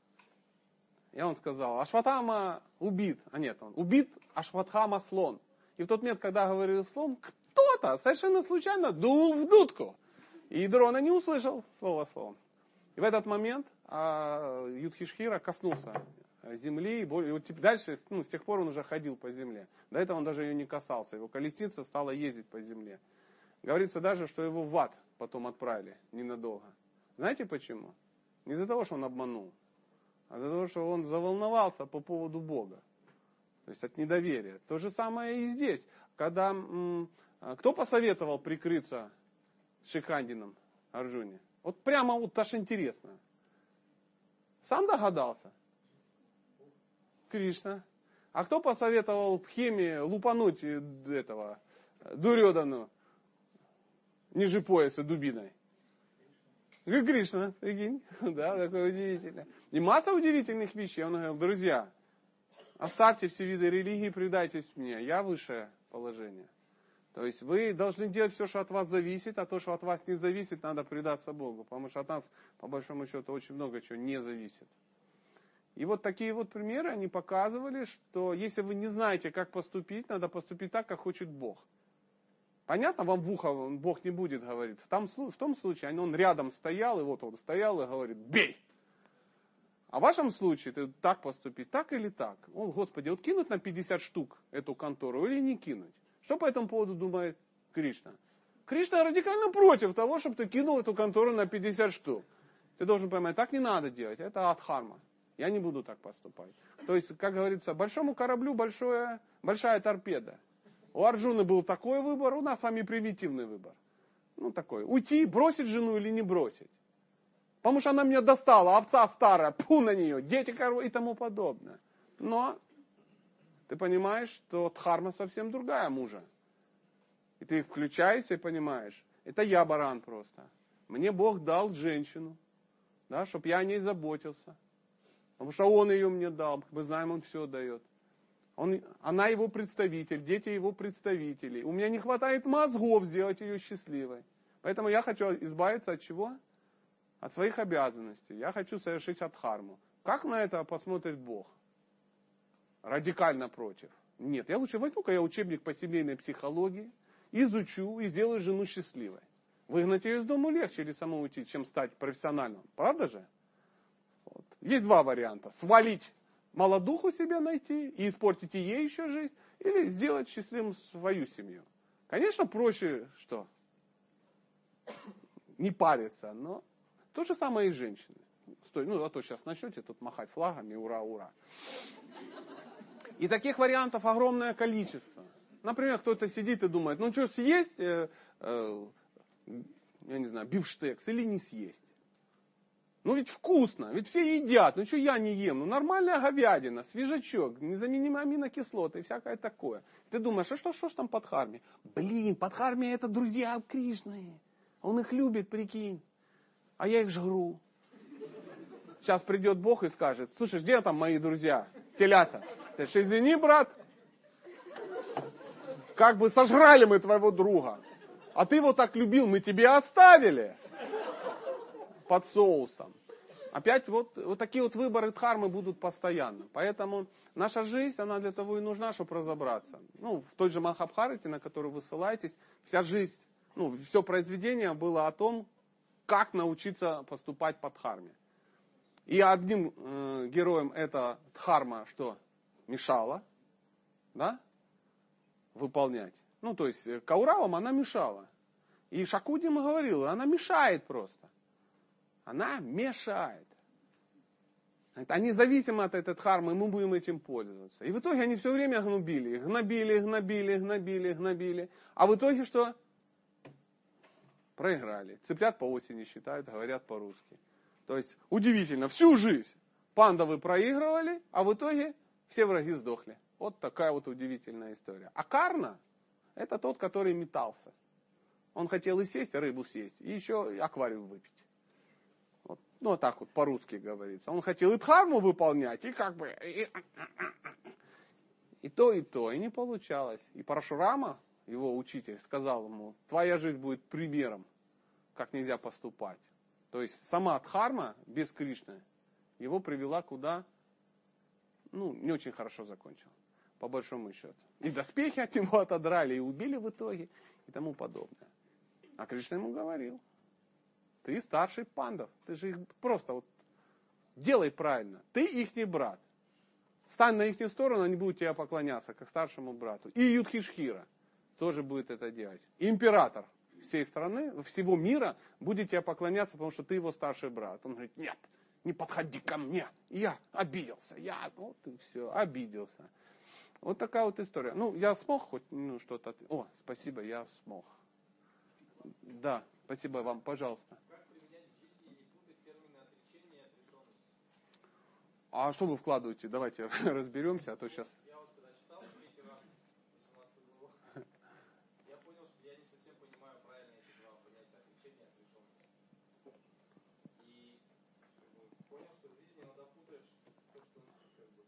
И он сказал, Ашватхама убит. А нет, он убит Ашватхама слон. И в тот момент, когда говорил слон, кто-то совершенно случайно дул в дудку. И Дрона не услышал слово слон. И в этот момент Юдхишхира коснулся земли. И вот дальше, с тех пор он уже ходил по земле. До этого он даже ее не касался. Его колесница стала ездить по земле. Говорится даже, что его в ад потом отправили ненадолго. Знаете почему? Не из-за того, что он обманул. А из-за того, что он заволновался по поводу Бога. То есть от недоверия. То же самое и здесь. Когда кто посоветовал прикрыться Шикхандином Арджуне? Вот прямо вот аж интересно. Сам догадался? Кришна. А кто посоветовал Пхеме лупануть этого Дурёдану ниже пояса дубиной? Кришна, прикинь. Да, такое удивительное. И масса удивительных вещей. Он говорил, друзья, оставьте все виды религии, предайтесь мне. Я высшее положение. То есть вы должны делать все, что от вас зависит, а то, что от вас не зависит, надо предаться Богу. Потому что от нас, по большому счету, очень много чего не зависит. И вот такие вот примеры, они показывали, что если вы не знаете, как поступить, надо поступить так, как хочет Бог. Понятно, вам в ухо Бог не будет говорить. В том случае он рядом стоял, и вот он стоял и говорит, бей. А в вашем случае ты так поступить, так или так. Господи, вот кинуть на 50 штук эту контору или не кинуть? Что по этому поводу думает Кришна? Кришна радикально против того, чтобы ты кинул эту контору на 50 штук. Ты должен понимать, так не надо делать, это адхарма. Я не буду так поступать. То есть, как говорится, большому кораблю большая торпеда. У Арджуны был такой выбор, у нас с вами примитивный выбор. Такой. Уйти, бросить жену или не бросить. Потому что она меня достала, овца старая, пу на нее, дети, коровы и тому подобное. Но ты понимаешь, что дхарма совсем другая мужа. И ты включаешься и понимаешь, это я баран просто. Мне Бог дал женщину, да, чтобы я о ней заботился. Потому что Он ее мне дал, мы знаем, Он все дает. Она его представитель, дети его представители. У меня не хватает мозгов сделать ее счастливой. Поэтому я хочу избавиться от чего? От своих обязанностей. Я хочу совершить адхарму. Как на это посмотрит Бог? Радикально против. Нет, я лучше возьму-ка я учебник по семейной психологии, изучу и сделаю жену счастливой. Выгнать ее из дома легче или самому уйти, чем стать профессиональным. Правда же? Вот. Есть два варианта. Свалить молодуху себе найти и испортить и ей еще жизнь, или сделать счастливым свою семью. Конечно, проще что? Не париться, но то же самое и женщины. А то сейчас начнете тут махать флагами, ура, ура. И таких вариантов огромное количество. Например, кто-то сидит и думает, что съесть, я не знаю, бифштекс или не съесть. Ведь вкусно, ведь все едят, что я не ем? Нормальная говядина, свежачок, незаменимые аминокислоты и всякое такое. Ты думаешь, а что ж там под дхарме? Под дхарме это друзья Кришны. Он их любит, прикинь. А я их жру. Сейчас придет Бог и скажет, слушай, где там мои друзья? Телята. Ты ж извини, брат. Как бы сожрали мы твоего друга. А ты его так любил, мы тебе оставили. Под соусом. Опять вот такие вот выборы дхармы будут постоянно. Поэтому наша жизнь, она для того и нужна, чтобы разобраться. В той же Махабхарате, на которую вы ссылаетесь, вся жизнь, все произведение было о том, как научиться поступать по дхарме. И одним героям это дхарма, что мешала, да, выполнять. Ну, то есть Кауравам она мешала. И Шакудима говорила, она мешает просто. Она мешает. Они зависимы от этой дхармы, и мы будем этим пользоваться. И в итоге они все время гнобили. А в итоге что? Проиграли. Цыплят по осени считают, говорят по-русски. То есть удивительно, всю жизнь пандавы проигрывали, а в итоге все враги сдохли. Вот такая вот удивительная история. А Карна это тот, который метался. Он хотел и сесть, рыбу съесть, и еще аквариум выпить. Вот. Ну, вот так вот по-русски говорится. Он хотел и дхарму выполнять, и как бы... И то, и не получалось. И Парашурама, его учитель, сказал ему, твоя жизнь будет примером, как нельзя поступать. То есть сама дхарма без Кришны его привела куда? Ну, не очень хорошо закончил, по большому счету. И доспехи от него отодрали, и убили в итоге, и тому подобное. А Кришна ему говорил, ты старший пандав, ты же их просто вот делай правильно, ты их не брат. Стань на их сторону, они будут тебе поклоняться, как старшему брату. И Юдхишхира тоже будет это делать. Император всей страны, всего мира будет тебе поклоняться, потому что ты его старший брат. Он говорит, нет, не подходи ко мне, я обиделся, вот и все, обиделся. Вот такая вот история. Ну, я смог хоть что-то... О, спасибо, я смог. Да, спасибо вам, пожалуйста. Как применять в жизни и не путать термины отречения и отрешенности? А что вы вкладываете? Давайте разберемся, а то сейчас... Я вот когда читал третий раз 18 главу, я понял, что я не совсем понимаю правильно эти два понятия отречения и отрешенности. И понял, что в жизни иногда путаешь то, что как бы,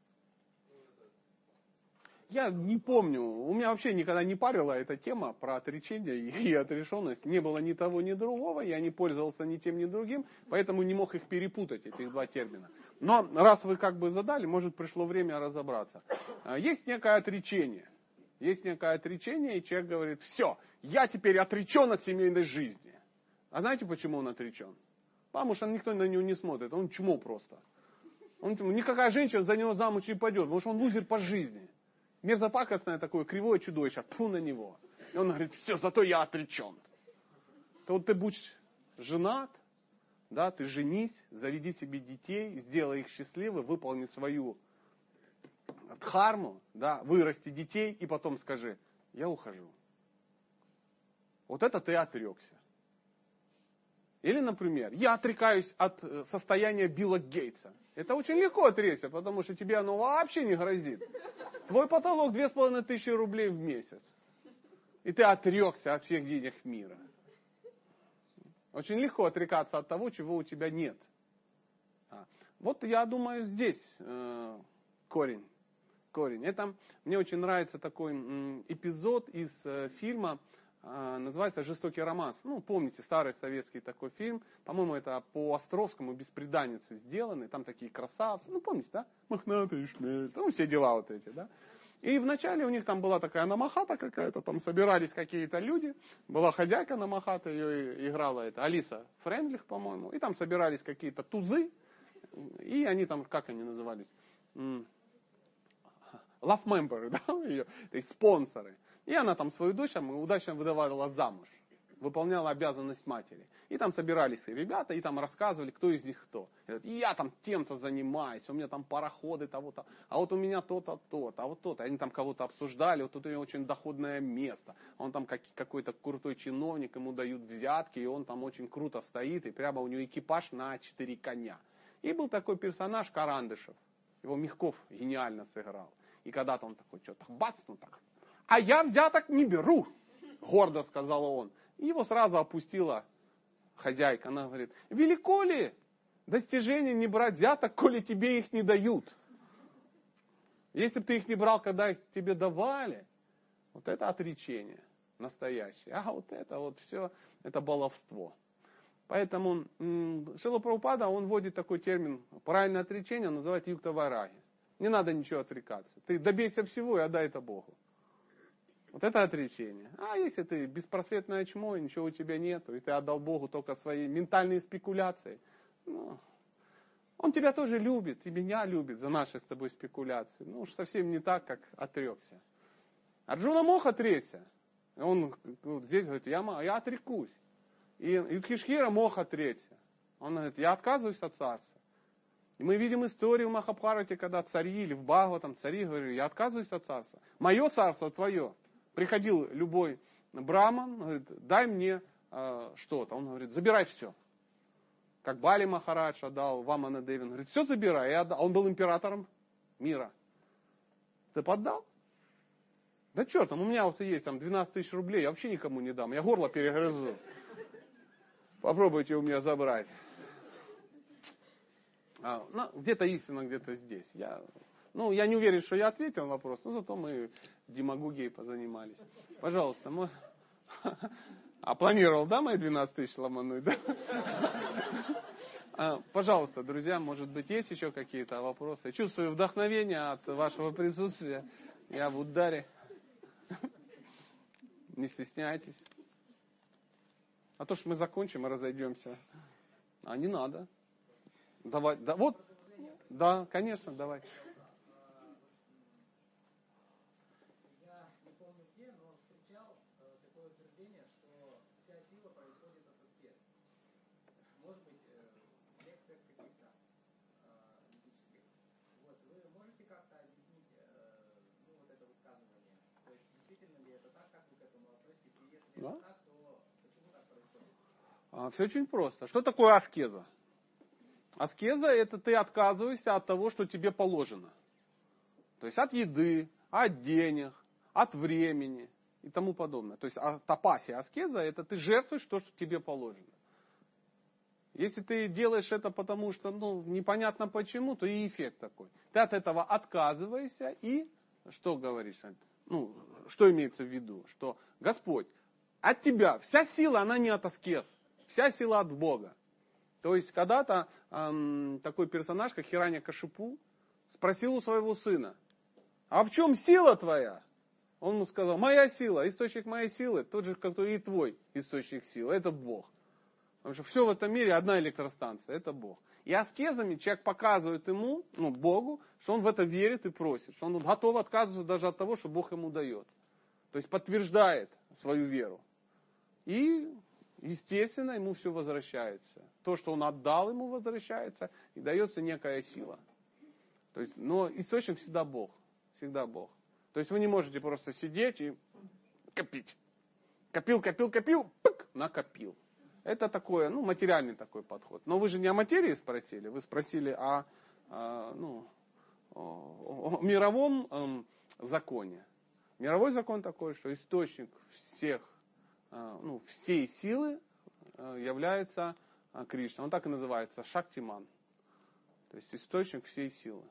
Я не помню, у меня вообще никогда не парила эта тема про отречение и отрешенность. Не было ни того, ни другого, я не пользовался ни тем, ни другим, поэтому не мог их перепутать, этих два термина. Но раз вы как бы задали, может пришло время разобраться. Есть некое отречение. Есть некое отречение, и человек говорит, все, я теперь отречен от семейной жизни. А знаете, почему он отречен? Потому что никто на него не смотрит, он чмо просто. Никакая женщина за него замуж не пойдет, потому что он лузер по жизни. Мерзопакостное такое кривое чудовище, тьфу на него. И он говорит, все, зато я отречен. То вот ты будешь женат, да, ты женись, заведи себе детей, сделай их счастливы, выполни свою дхарму, да, вырасти детей, и потом скажи, я ухожу. Вот это ты отрекся. Или, например, я отрекаюсь от состояния Билла Гейтса. Это очень легко отречься, потому что тебе оно вообще не грозит. Твой потолок 2500 рублей в месяц. И ты отрекся от всех денег мира. Очень легко отрекаться от того, чего у тебя нет. Вот я думаю, здесь корень. Это, мне очень нравится такой эпизод из фильма, называется «Жестокий романс». Ну, помните, старый советский такой фильм. По-моему, это по Островскому, «Бесприданницы» сделаны. Там такие красавцы. Ну, помните, да? Мохнатый шмель. Ну, все дела вот эти, да? И вначале у них там была такая намахата какая-то. Там собирались какие-то люди. Была хозяйка намахата, ее играла это Алиса Френдлих, по-моему. И там собирались какие-то тузы. И они там, как они назывались? Love member, да? Ее, то есть спонсоры. И она там свою дочь удачно выдавала замуж, выполняла обязанность матери. И там собирались ребята, и там рассказывали, кто из них кто. И я там тем-то занимаюсь, у меня там пароходы того-то, а вот у меня то-то, то-то, а вот то-то. Они там кого-то обсуждали, вот тут у него очень доходное место. Он там какой-то крутой чиновник, ему дают взятки, и он там очень круто стоит, и прямо у него экипаж на 4 коня. И был такой персонаж Карандышев, его Мягков гениально сыграл. И когда-то он такой, что-то бац, ну так... А я взяток не беру, гордо сказал он. И его сразу опустила хозяйка. Она говорит, велико ли достижение не брать взяток, коли тебе их не дают? Если бы ты их не брал, когда их тебе давали, вот это отречение настоящее. А вот это вот все, это баловство. Поэтому Шрила Прабхупада, он вводит такой термин, правильное отречение, он называет юкта вайраги. Не надо ничего отрекаться. Ты добейся всего и отдай это Богу. Вот это отречение. А если ты беспросветное чмо, ничего у тебя нету, и ты отдал Богу только свои ментальные спекуляции, ну, Он тебя тоже любит, и меня любит за наши с тобой спекуляции. Ну уж совсем не так, как отрекся. Арджуна мог отречься. Он здесь говорит, я отрекусь. И Юдхишхира мог отречься. Он говорит, я отказываюсь от царства. И мы видим историю в Махабхарате, когда цари или в Бхагаватам цари говорили, я отказываюсь от царства. Мое царство твое. Приходил любой браман, говорит, дай мне что-то. Он говорит, забирай все. Как Бали Махарадж отдал Вамана Деви. Он говорит, все забирай. Я отдал. Он был императором мира. Ты поддал? Да что там, у меня вот есть там 12 тысяч рублей, я вообще никому не дам. Я горло перегрызу. Попробуйте у меня забрать. Где-то истина, где-то здесь. Я не уверен, что я ответил на вопрос, но зато мы демагогией позанимались. Пожалуйста, А планировал, да, мои 12 тысяч ломануть, да? Пожалуйста, друзья, может быть, есть еще какие-то вопросы? Чувствую вдохновение от вашего присутствия. Я в ударе. Не стесняйтесь. А то, что мы закончим и разойдемся. А не надо. Давай, да, вот. Да, конечно, давай. Я не помню где, но встречал такое утверждение, что вся сила происходит от аскез. Может быть, в лекциях каких-то ведических. Вот, вы можете как-то объяснить вот это высказывание? То есть, действительно ли это так, как вы к этому относитесь? И если Да? это так, то почему так происходит? Все очень просто. Что такое аскеза? Аскеза – это ты отказываешься от того, что тебе положено. То есть от еды, от денег, от времени и тому подобное. То есть тапасия, аскеза – это ты жертвуешь то, что тебе положено. Если ты делаешь это потому, что непонятно почему, то и эффект такой. Ты от этого отказываешься и что говоришь? Что имеется в виду? Что Господь, от тебя вся сила, она не от аскез. Вся сила от Бога. То есть когда-то такой персонаж, как Хираньякашипу, спросил у своего сына, а в чем сила твоя? Он ему сказал, моя сила, источник моей силы, тот же, как и твой источник силы, это Бог. Потому что все в этом мире одна электростанция, это Бог. И аскезами человек показывает ему, Богу, что он в это верит и просит, что он готов отказываться даже от того, что Бог ему дает. То есть подтверждает свою веру. И естественно, ему все возвращается. То, что он отдал, ему возвращается, и дается некая сила. То есть, но источник всегда Бог. Всегда Бог. То есть вы не можете просто сидеть и копить. Копил, пык, накопил. Это такое, материальный такой подход. Но вы же не о материи спросили, вы спросили о мировом законе. Мировой закон такой, что источник всей силы является Кришна. Он так и называется, Шактиман. То есть источник всей силы.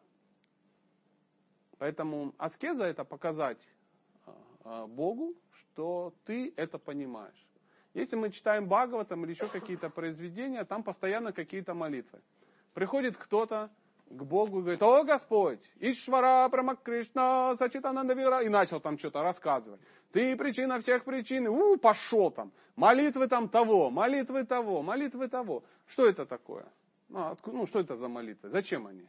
Поэтому аскеза это показать Богу, что ты это понимаешь. Если мы читаем Бхагаватам или еще какие-то произведения, там постоянно какие-то молитвы. Приходит кто-то к Богу и говорит, о Господь, Ишвара, Брамак Кришна, Сачитананда Вира, и начал там что-то рассказывать. Ты причина всех причин, пошел там. Молитвы там того, молитвы того, молитвы того. Что это такое? Что это за молитвы? Зачем они?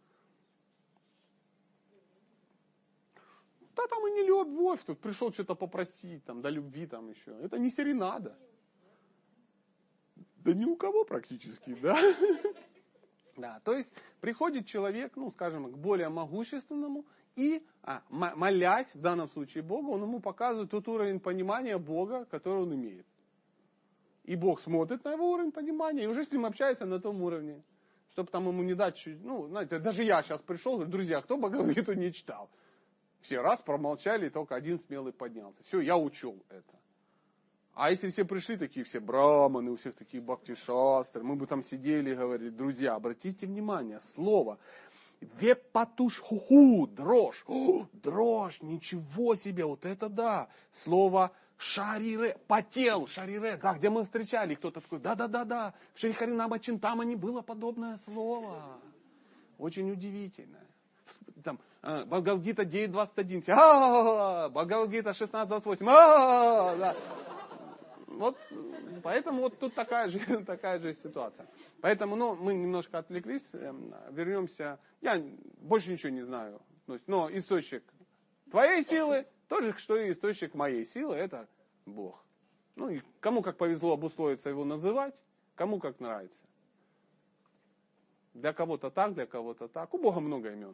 Да там и не любовь, тут пришел что-то попросить, там, до любви там еще. Это не серенада. Да ни у кого практически, да? Да, то есть приходит человек, скажем, к более могущественному и, молясь, в данном случае Богу, он ему показывает тот уровень понимания Бога, который он имеет. И Бог смотрит на его уровень понимания и уже с ним общается на том уровне. Чтобы там ему не дать чуть, знаете, даже я сейчас пришел, говорю, друзья, кто Бхагавадгиту не читал? Все раз промолчали, и только один смелый поднялся. Все, я учел это. А если все пришли, такие все браманы, у всех такие бхакти-шастры, мы бы там сидели и говорили, друзья, обратите внимание, слово вепатуш-ху-ху, дрожь, дрожь, ничего себе, вот это да, слово шарире, потел, шарире, да, где мы встречали, кто-то такой, да, в Шри Харинама Чинтамани было подобное слово, очень удивительное. Там, Бхагавад-гита 9.21, Бхагавад-гита 16.28, да. Вот, поэтому вот тут такая же ситуация. Поэтому, мы немножко отвлеклись, вернемся. Я больше ничего не знаю. Но источник твоей силы, тоже, что и источник моей силы, это Бог. И кому как повезло обусловиться его называть, кому как нравится. Для кого-то так, для кого-то так. У Бога много имен.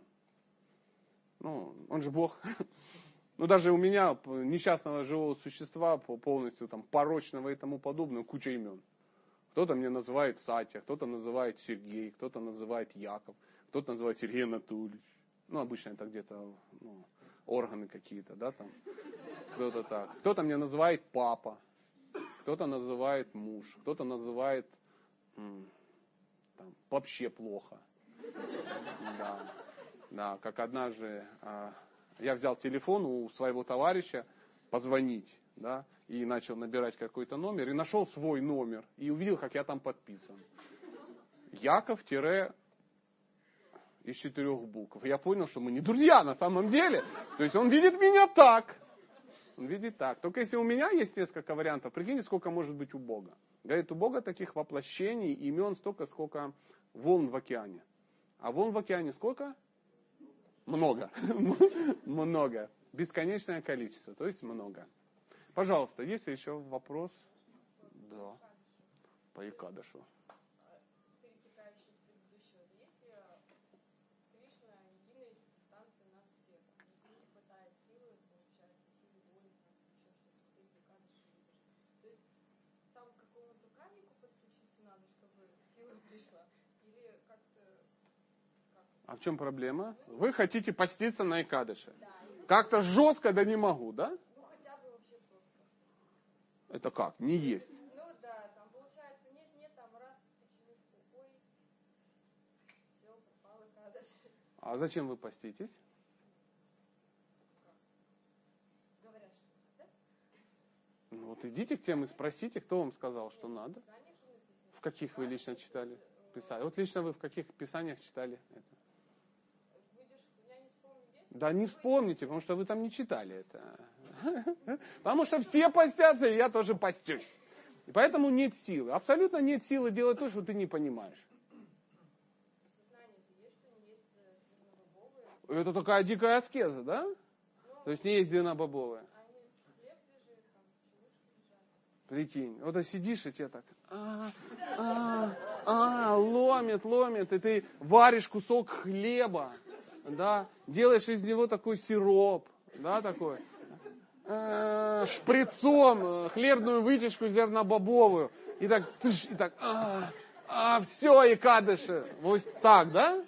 Он же Бог. Даже у меня, несчастного живого существа, полностью порочного и тому подобное, куча имен. Кто-то мне называет Сатя, кто-то называет Сергей, кто-то называет Яков, кто-то называет Сергей Анатольевич. Обычно это где-то органы какие-то, да, там. Кто-то так. Кто-то мне называет папа, кто-то называет муж, кто-то называет вообще плохо. Да, как однажды я взял телефон у своего товарища позвонить, да, и начал набирать какой-то номер, и нашел свой номер, и увидел, как я там подписан. Яков из 4 букв. Я понял, что мы не друзья на самом деле. То есть он видит меня так. Он видит так. Только если у меня есть несколько вариантов, прикиньте, сколько может быть у Бога. Говорит, у Бога таких воплощений, имен столько, сколько волн в океане. А волн в океане сколько? Много. Много. Бесконечное количество. То есть много. Пожалуйста, есть ли еще вопрос? Да. По Икадышу. Перетекающий с предыдущего. Если Кришна единая дистанция нас всех, никто не хватает силы, получается, силы воли, еще что-то, ты Икадыши видишь. То есть там к какому-то правильнику подключиться надо, чтобы сила пришла? Или как-то... А в чем проблема? Вы хотите поститься на Икадыше. Да, Как-то жестко, да не могу, да? хотя бы вообще просто. Это как? Не есть. Да, там получается, нет, там раз печенюшку, ой, все, пропал Икадыш. А зачем вы поститесь? Говорят, что да? Вот идите к тем и спросите, кто вам сказал, что надо. В каких вы лично читали? Писали. Вот лично вы в каких писаниях читали это? Да не вспомните, потому что вы там не читали это. Потому что все постятся, и я тоже постюсь. И поэтому нет силы. Абсолютно нет силы делать то, что ты не понимаешь. Это такая дикая аскеза, да? То есть не есть длиннобобовая. Прикинь, вот сидишь, и тебе так ломит, и ты варишь кусок хлеба, да, делаешь из него такой сироп, да, такой, шприцом хлебную вытяжку зернобобовую, и так, все, Икадыши, вот так, да?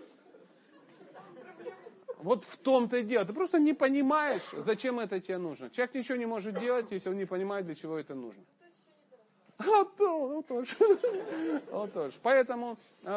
Вот в том-то и дело. Ты просто не понимаешь, зачем это тебе нужно. Человек ничего не может делать, если он не понимает, для чего это нужно. Вот тоже. Поэтому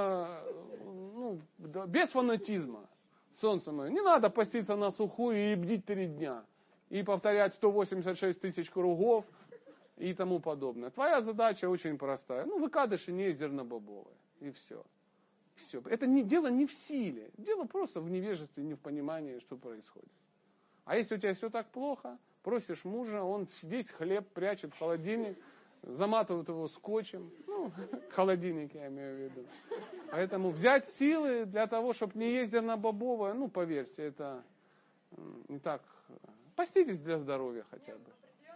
без фанатизма, солнце мое, не надо поститься на сухую и бдить 3 дня. И повторять 186 тысяч кругов и тому подобное. Твоя задача очень простая. В Икадыше не есть зернобобовое. И все. Все. Это дело не в силе. Дело просто в невежестве, не в понимании, что происходит. А если у тебя все так плохо, просишь мужа, он весь хлеб прячет в холодильник, заматывает его скотчем. Холодильник я имею в виду. Поэтому взять силы для того, чтобы не есть зернобобовое, поверьте, это не так. Поститесь для здоровья хотя бы.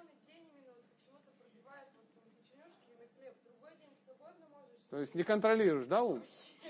То есть не контролируешь, да, ум?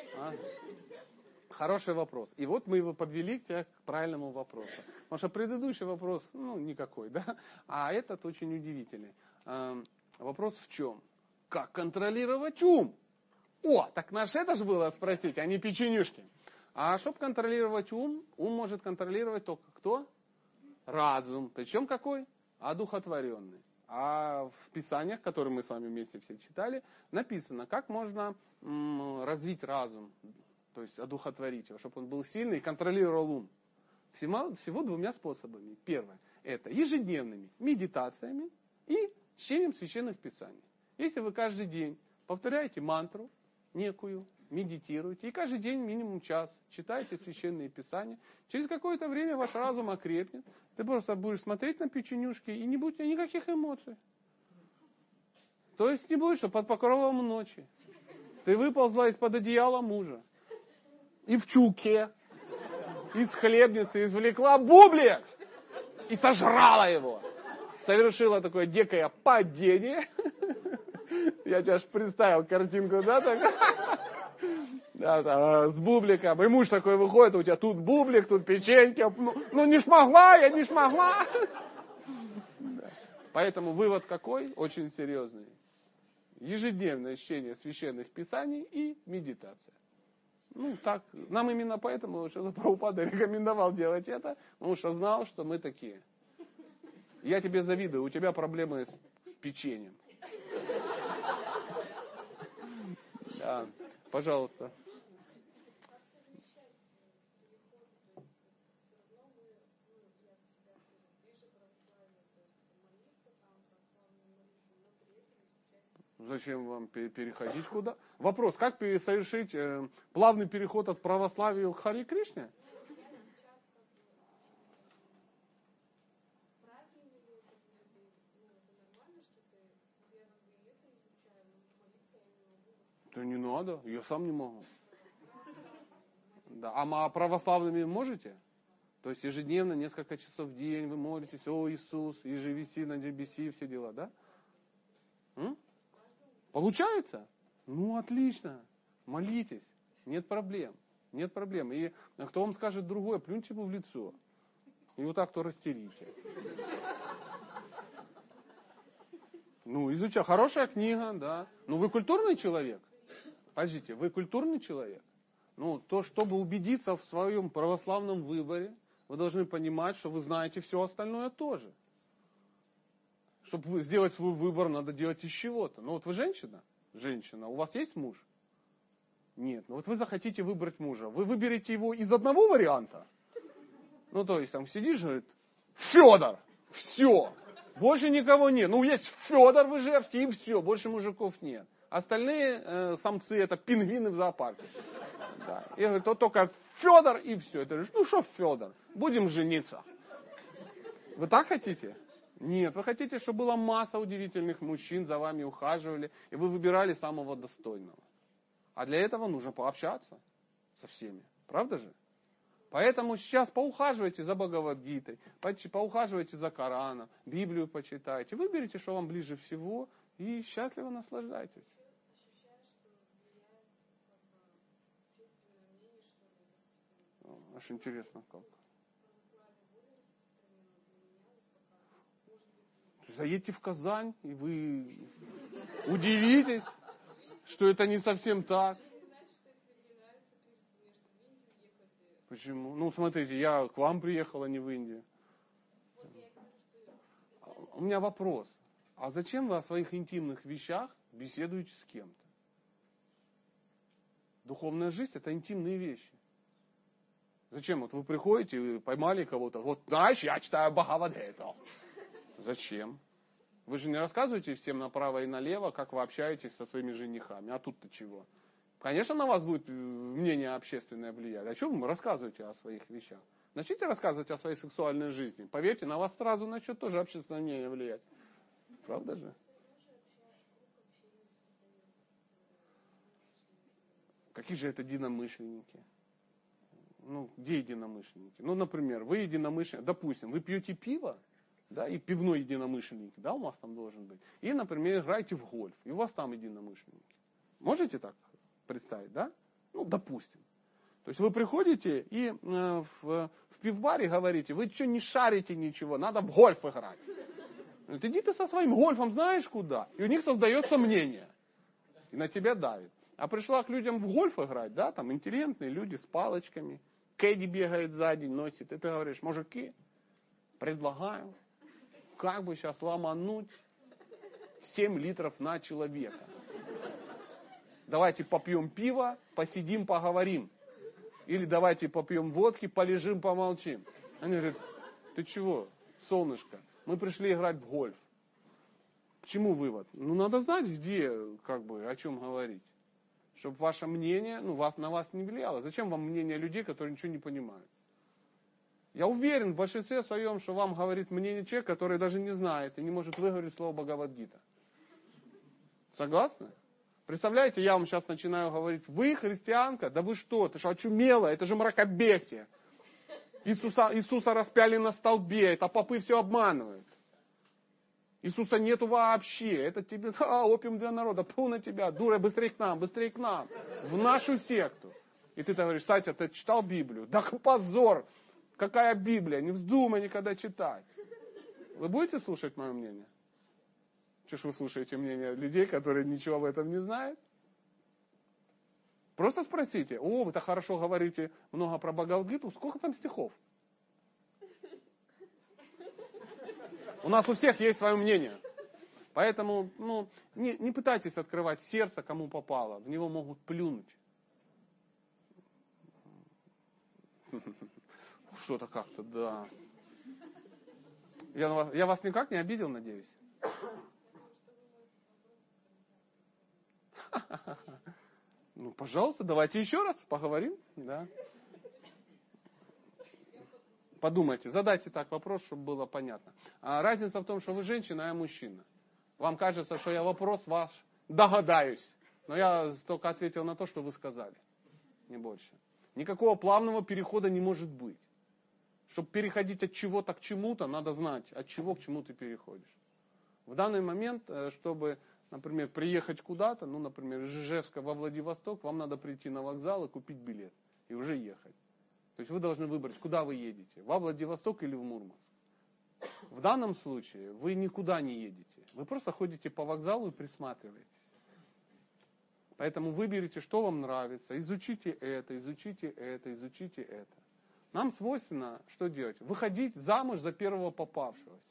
Хороший вопрос. И вот мы его подвели к правильному вопросу. Потому что предыдущий вопрос, никакой, да? А этот очень удивительный. Вопрос в чем? Как контролировать ум? Так наш это же было спросить, а не печенюшки. А чтобы контролировать ум может контролировать только кто? Разум. Причем какой? Одухотворенный. А в писаниях, которые мы с вами вместе все читали, написано, как можно развить разум, то есть одухотворить его, чтобы он был сильный и контролировал ум. Всего 2 способами. Первое – это ежедневными медитациями и чтением священных писаний. Если вы каждый день повторяете мантру некую, медитируете, и каждый день минимум час читаете священные писания, через какое-то время ваш разум окрепнет, ты просто будешь смотреть на печенюшки и не будет никаких эмоций. То есть не будет, что под покровом ночи ты выползла из-под одеяла мужа и в чулке из хлебницы извлекла бублик и сожрала его. Совершила такое дикое падение. Я тебе аж представил картинку, да, так? Да, там, с бубликом. И муж такой выходит, у тебя тут бублик, тут печеньки. Ну не смогла, я не смогла. Да. Поэтому вывод какой? Очень серьезный. Ежедневное чтение священных писаний и медитация. Ну так, нам именно поэтому Шрила Прабхупада рекомендовал делать это, потому что знал, что мы такие. Я тебе завидую, у тебя проблемы с печеньем. Да, пожалуйста. Зачем вам переходить куда? Вопрос, как совершить плавный переход от православия к Харе Кришне? Да не надо, я сам не могу. Да. А православными можете? То есть ежедневно, несколько часов в день вы молитесь, о Иисус, ежевиси на небеси, все дела, да? Получается? Ну, отлично. Молитесь. Нет проблем. Нет проблем. И кто вам скажет другое, плюньте ему в лицо. И вот так то растерите. Ну, изучай. Хорошая книга, да. Ну, вы культурный человек? Подождите, вы культурный человек? Ну, то, чтобы убедиться в своем православном выборе, вы должны понимать, что вы знаете все остальное тоже. Чтобы сделать свой выбор, надо делать из чего-то. Ну вот вы женщина? Женщина. У вас есть муж? Нет. Ну вот вы захотите выбрать мужа. Вы выберете его из одного варианта? Ну то есть там сидишь, говорит, Федор! Все! Больше никого нет. Ну есть Федор в Ижевске и все. Больше мужиков нет. Остальные самцы это пингвины в зоопарке. Да. Я говорю, то только Федор и все. Ты говоришь, ну что Федор? Будем жениться. Вы так хотите? Нет, вы хотите, чтобы была масса удивительных мужчин, за вами ухаживали, и вы выбирали самого достойного. А для этого нужно пообщаться со всеми. Правда же? Поэтому сейчас поухаживайте за Бхагавад-гитой, поухаживайте за Кораном, Библию почитайте, выберите, что вам ближе всего, и счастливо наслаждайтесь. Аж интересно как. Заедьте в Казань, и вы удивитесь, что это не совсем так. Почему? Ну, смотрите, я к вам приехал, а не в Индию. У меня вопрос. А зачем вы о своих интимных вещах беседуете с кем-то? Духовная жизнь – это интимные вещи. Зачем? Вот вы приходите, вы поймали кого-то. Вот, знаешь, я читаю Бхагавад-гиту. Зачем? Вы же не рассказываете всем направо и налево, как вы общаетесь со своими женихами. А тут-то чего? Конечно, на вас будет мнение общественное влиять. А что вы рассказываете о своих вещах? Начните рассказывать о своей сексуальной жизни. Поверьте, на вас сразу начнет тоже общественное мнение влиять. Правда же? Какие же это единомышленники? Ну, где единомышленники? Ну, например, вы единомышленники. Допустим, вы пьете пиво, да, и пивной единомышленник, да, у вас там должен быть. И, например, играете в гольф, и у вас там единомышленники. Можете так представить, да? Ну, допустим. То есть вы приходите и в пивбаре говорите, вы что не шарите ничего, надо в гольф играть. Говорит, иди ты со своим гольфом знаешь куда. И у них создается мнение. И на тебя давит. А пришла к людям в гольф играть, да, там интеллигентные люди с палочками. Кэдди бегает сзади, носит. И ты говоришь, мужики, предлагаю, как бы сейчас ломануть 7 литров на человека. Давайте попьем пиво, посидим, поговорим. Или давайте попьем водки, полежим, помолчим. Они говорят, ты чего, солнышко, мы пришли играть в гольф. К чему вывод? Ну, надо знать, где, как бы, о чем говорить. Чтобы ваше мнение, на вас не влияло. Зачем вам мнение людей, которые ничего не понимают? Я уверен в большинстве своем, что вам говорит мнение человек, который даже не знает и не может выговорить слово Бхагавад-гита. Согласны? Представляете, я вам сейчас начинаю говорить, вы христианка? Да вы что, ты что, очумела? Это же мракобесие. Иисуса распяли на столбе, это попы все обманывают. Иисуса нету вообще, это тебе опиум для народа, на тебя, дура, быстрее к нам, в нашу секту. И ты говоришь, Сатя, ты читал Библию? Да позор, какая Библия, не вздумай никогда читать. Вы будете слушать мое мнение? Что ж вы слушаете мнение людей, которые ничего об этом не знают? Просто спросите, вы так хорошо говорите много про Бхагавад-гиту, сколько там стихов? У нас у всех есть свое мнение. Поэтому не пытайтесь открывать сердце, кому попало. В него могут плюнуть. Что-то как-то, да. Я вас никак не обидел, надеюсь? Ну, пожалуйста, давайте еще раз поговорим. Да. Подумайте, задайте так вопрос, чтобы было понятно. Разница в том, что вы женщина, а я мужчина. Вам кажется, что я вопрос ваш догадаюсь. Но я только ответил на то, что вы сказали. Не больше. Никакого плавного перехода не может быть. Чтобы переходить от чего-то к чему-то, надо знать, от чего к чему ты переходишь. В данный момент, чтобы, например, приехать куда-то, например, из Ижевска во Владивосток, вам надо прийти на вокзал и купить билет. И уже ехать. То есть вы должны выбрать, куда вы едете. Во Владивосток или в Мурманск. В данном случае вы никуда не едете. Вы просто ходите по вокзалу и присматриваетесь. Поэтому выберите, что вам нравится. Изучите это, изучите это, изучите это. Нам свойственно что делать? Выходить замуж за первого попавшегося.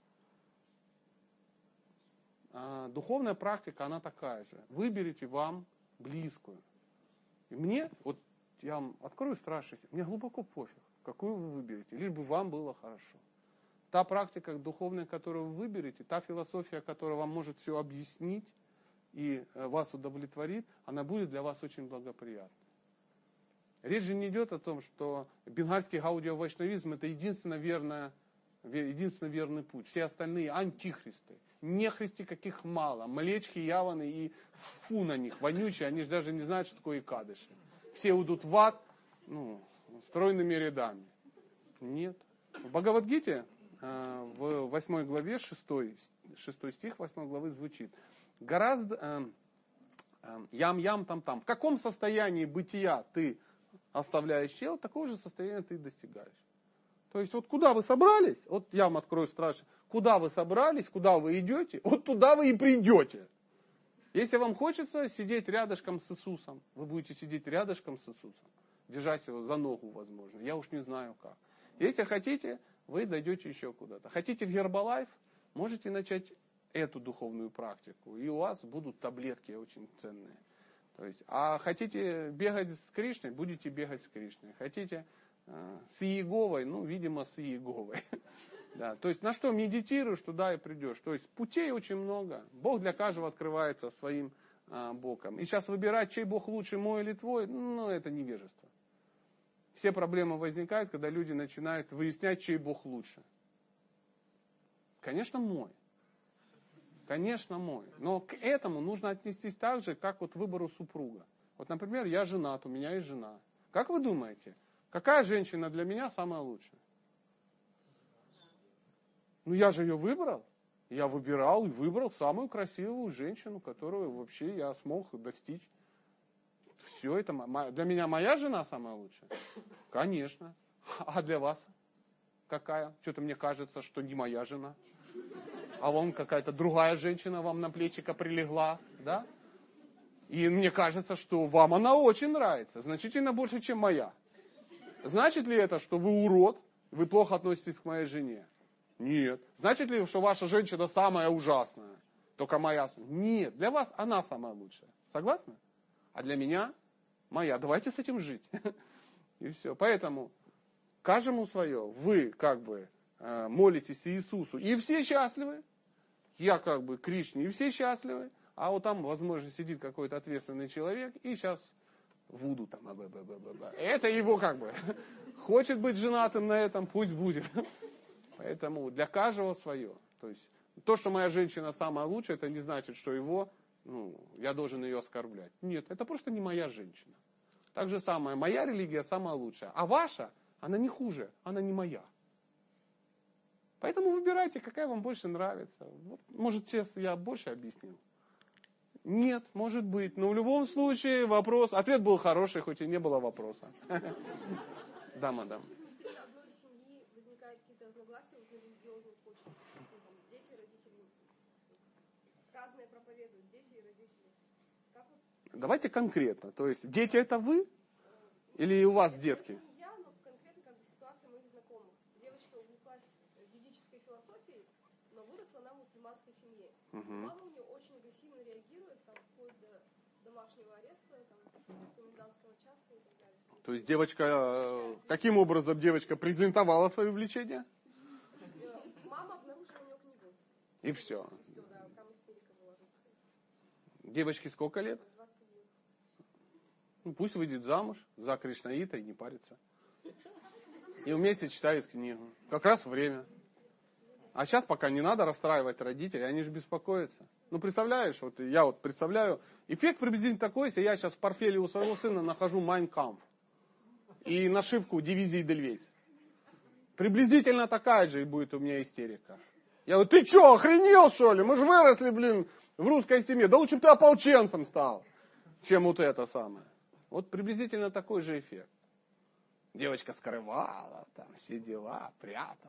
Духовная практика, она такая же. Выберите вам близкую. И мне, я вам открою страшный секрет, мне глубоко пофиг, какую вы выберете, лишь бы вам было хорошо. Та практика духовная, которую вы выберете, та философия, которая вам может все объяснить и вас удовлетворит, она будет для вас очень благоприятна. Речь же не идет о том, что бенгальский гаудио-вайшнавизм это единственно верный путь. Все остальные антихристы. Нехристи каких мало. Млечхи, яваны и фу на них, вонючие, они же даже не знают, что такое икадыши. Все уйдут в ад, стройными рядами. Нет. В Бхагавад-гите, в 8 главе, 6 стих 8 главы звучит. Гораздо ям-ям там-там. В каком состоянии бытия ты оставляешь тело, такого же состояния ты достигаешь. То есть куда вы собрались, я вам открою страшно, куда вы собрались, куда вы идете, туда вы и придете. Если вам хочется сидеть рядышком с Иисусом, вы будете сидеть рядышком с Иисусом, держась его за ногу, возможно. Я уж не знаю как. Если хотите, вы дойдете еще куда-то. Хотите в Herbalife, можете начать эту духовную практику. И у вас будут таблетки очень ценные. То есть, хотите бегать с Кришной, будете бегать с Кришной. Хотите с Иеговой, видимо, с Иеговой. Да, то есть, на что медитируешь, туда и придешь. То есть, путей очень много. Бог для каждого открывается своим боком. И сейчас выбирать, чей Бог лучше, мой или твой, это невежество. Все проблемы возникают, когда люди начинают выяснять, чей Бог лучше. Конечно, мой. Конечно, мой. Но к этому нужно отнестись так же, как к выбору супруга. Например, я женат, у меня есть жена. Как вы думаете, какая женщина для меня самая лучшая? Я же ее выбрал. Я выбирал и выбрал самую красивую женщину, которую вообще я смог достичь. Все это для меня моя жена самая лучшая? Конечно. А для вас какая? Что-то мне кажется, что не моя жена. А вон какая-то другая женщина вам на плечико прилегла, да? И мне кажется, что вам она очень нравится, значительно больше, чем моя. Значит ли это, что вы урод, вы плохо относитесь к моей жене? Нет. Значит ли, что ваша женщина самая ужасная, только моя? Нет. Для вас она самая лучшая. Согласны? А для меня моя. Давайте с этим жить. И все. Поэтому каждому свое. Вы молитесь Иисусу, и все счастливы. Я Кришне, и все счастливы. А там, возможно, сидит какой-то ответственный человек, и сейчас вуду там. Это его хочет быть женатым на этом, пусть будет. Поэтому для каждого свое. То есть, то, что моя женщина самая лучшая, это не значит, что его я должен ее оскорблять. Нет, это просто не моя женщина. Так же самое, моя религия самая лучшая, а ваша, она не хуже, она не моя. Поэтому выбирайте, какая вам больше нравится. Вот, может, сейчас я больше объяснил? Нет, может быть. Но в любом случае вопрос... Ответ был хороший, хоть и не было вопроса. Да, мадам. В одной семье возникают какие-то разногласия на религиозной почве. Дети, родители разные проповедуют, дети и родители. Как вот... Давайте конкретно. То есть дети это вы? Или у вас детки? Не я, но конкретно как бы ситуация моих знакомых. Девочка увлеклась ведической философией, но выросла она в мусульманской семье. Мама у нее очень агрессивно реагирует, там, вплоть до домашнего ареста, там, комендантского часа и так далее. То есть девочка, каким образом девочка презентовала свое увлечение? Мама обнаружила у нее книгу. И все. Все, да, там истерика была жуткая. Девочке сколько лет? 29. Пусть выйдет замуж за кришнаита и не парится. И вместе читают книгу. Как раз время. А сейчас пока не надо расстраивать родителей, они же беспокоятся. Представляешь, вот я представляю, эффект приблизительно такой, если я сейчас в портфеле у своего сына нахожу Mein Kampf и нашивку дивизии Эдельвейс. Приблизительно такая же и будет у меня истерика. Я говорю, ты что, охренел что ли? Мы же выросли, в русской семье. Да лучше бы ты ополченцем стал, чем вот это самое. Вот приблизительно такой же эффект. Девочка скрывала, там все дела, прятала.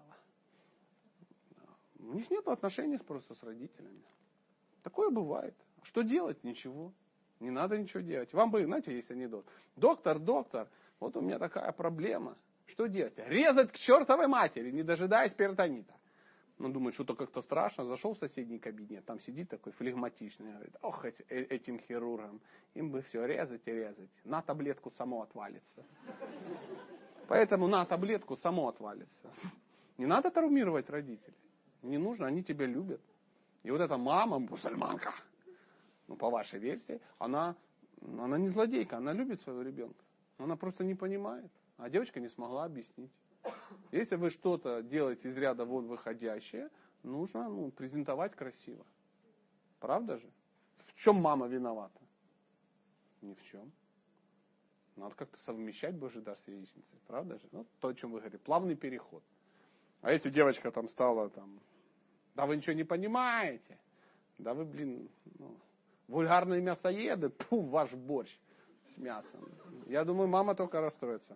У них нет отношений просто с родителями. Такое бывает. Что делать? Ничего. Не надо ничего делать. Вам бы, знаете, есть анекдот. Доктор, вот у меня такая проблема. Что делать? Резать к чертовой матери, не дожидаясь перитонита. Думает, что-то как-то страшно. Зашел в соседний кабинет, там сидит такой флегматичный. Говорит, ох, этим хирургам. Им бы все резать и резать. На таблетку само отвалится. Поэтому на таблетку само отвалится. Не надо травмировать родителей. Не нужно, они тебя любят. И вот эта мама, мусульманка, по вашей версии, она не злодейка, она любит своего ребенка. Она просто не понимает. А девочка не смогла объяснить. Если вы что-то делаете из ряда вон выходящее, нужно презентовать красиво. Правда же? В чем мама виновата? Ни в чем. Надо как-то совмещать Божий дар с яичницей. Правда же? То, о чем вы говорите. Плавный переход. А если девочка стала, да вы ничего не понимаете. Да вы, вульгарные мясоеды. Ваш борщ с мясом. Я думаю, мама только расстроится.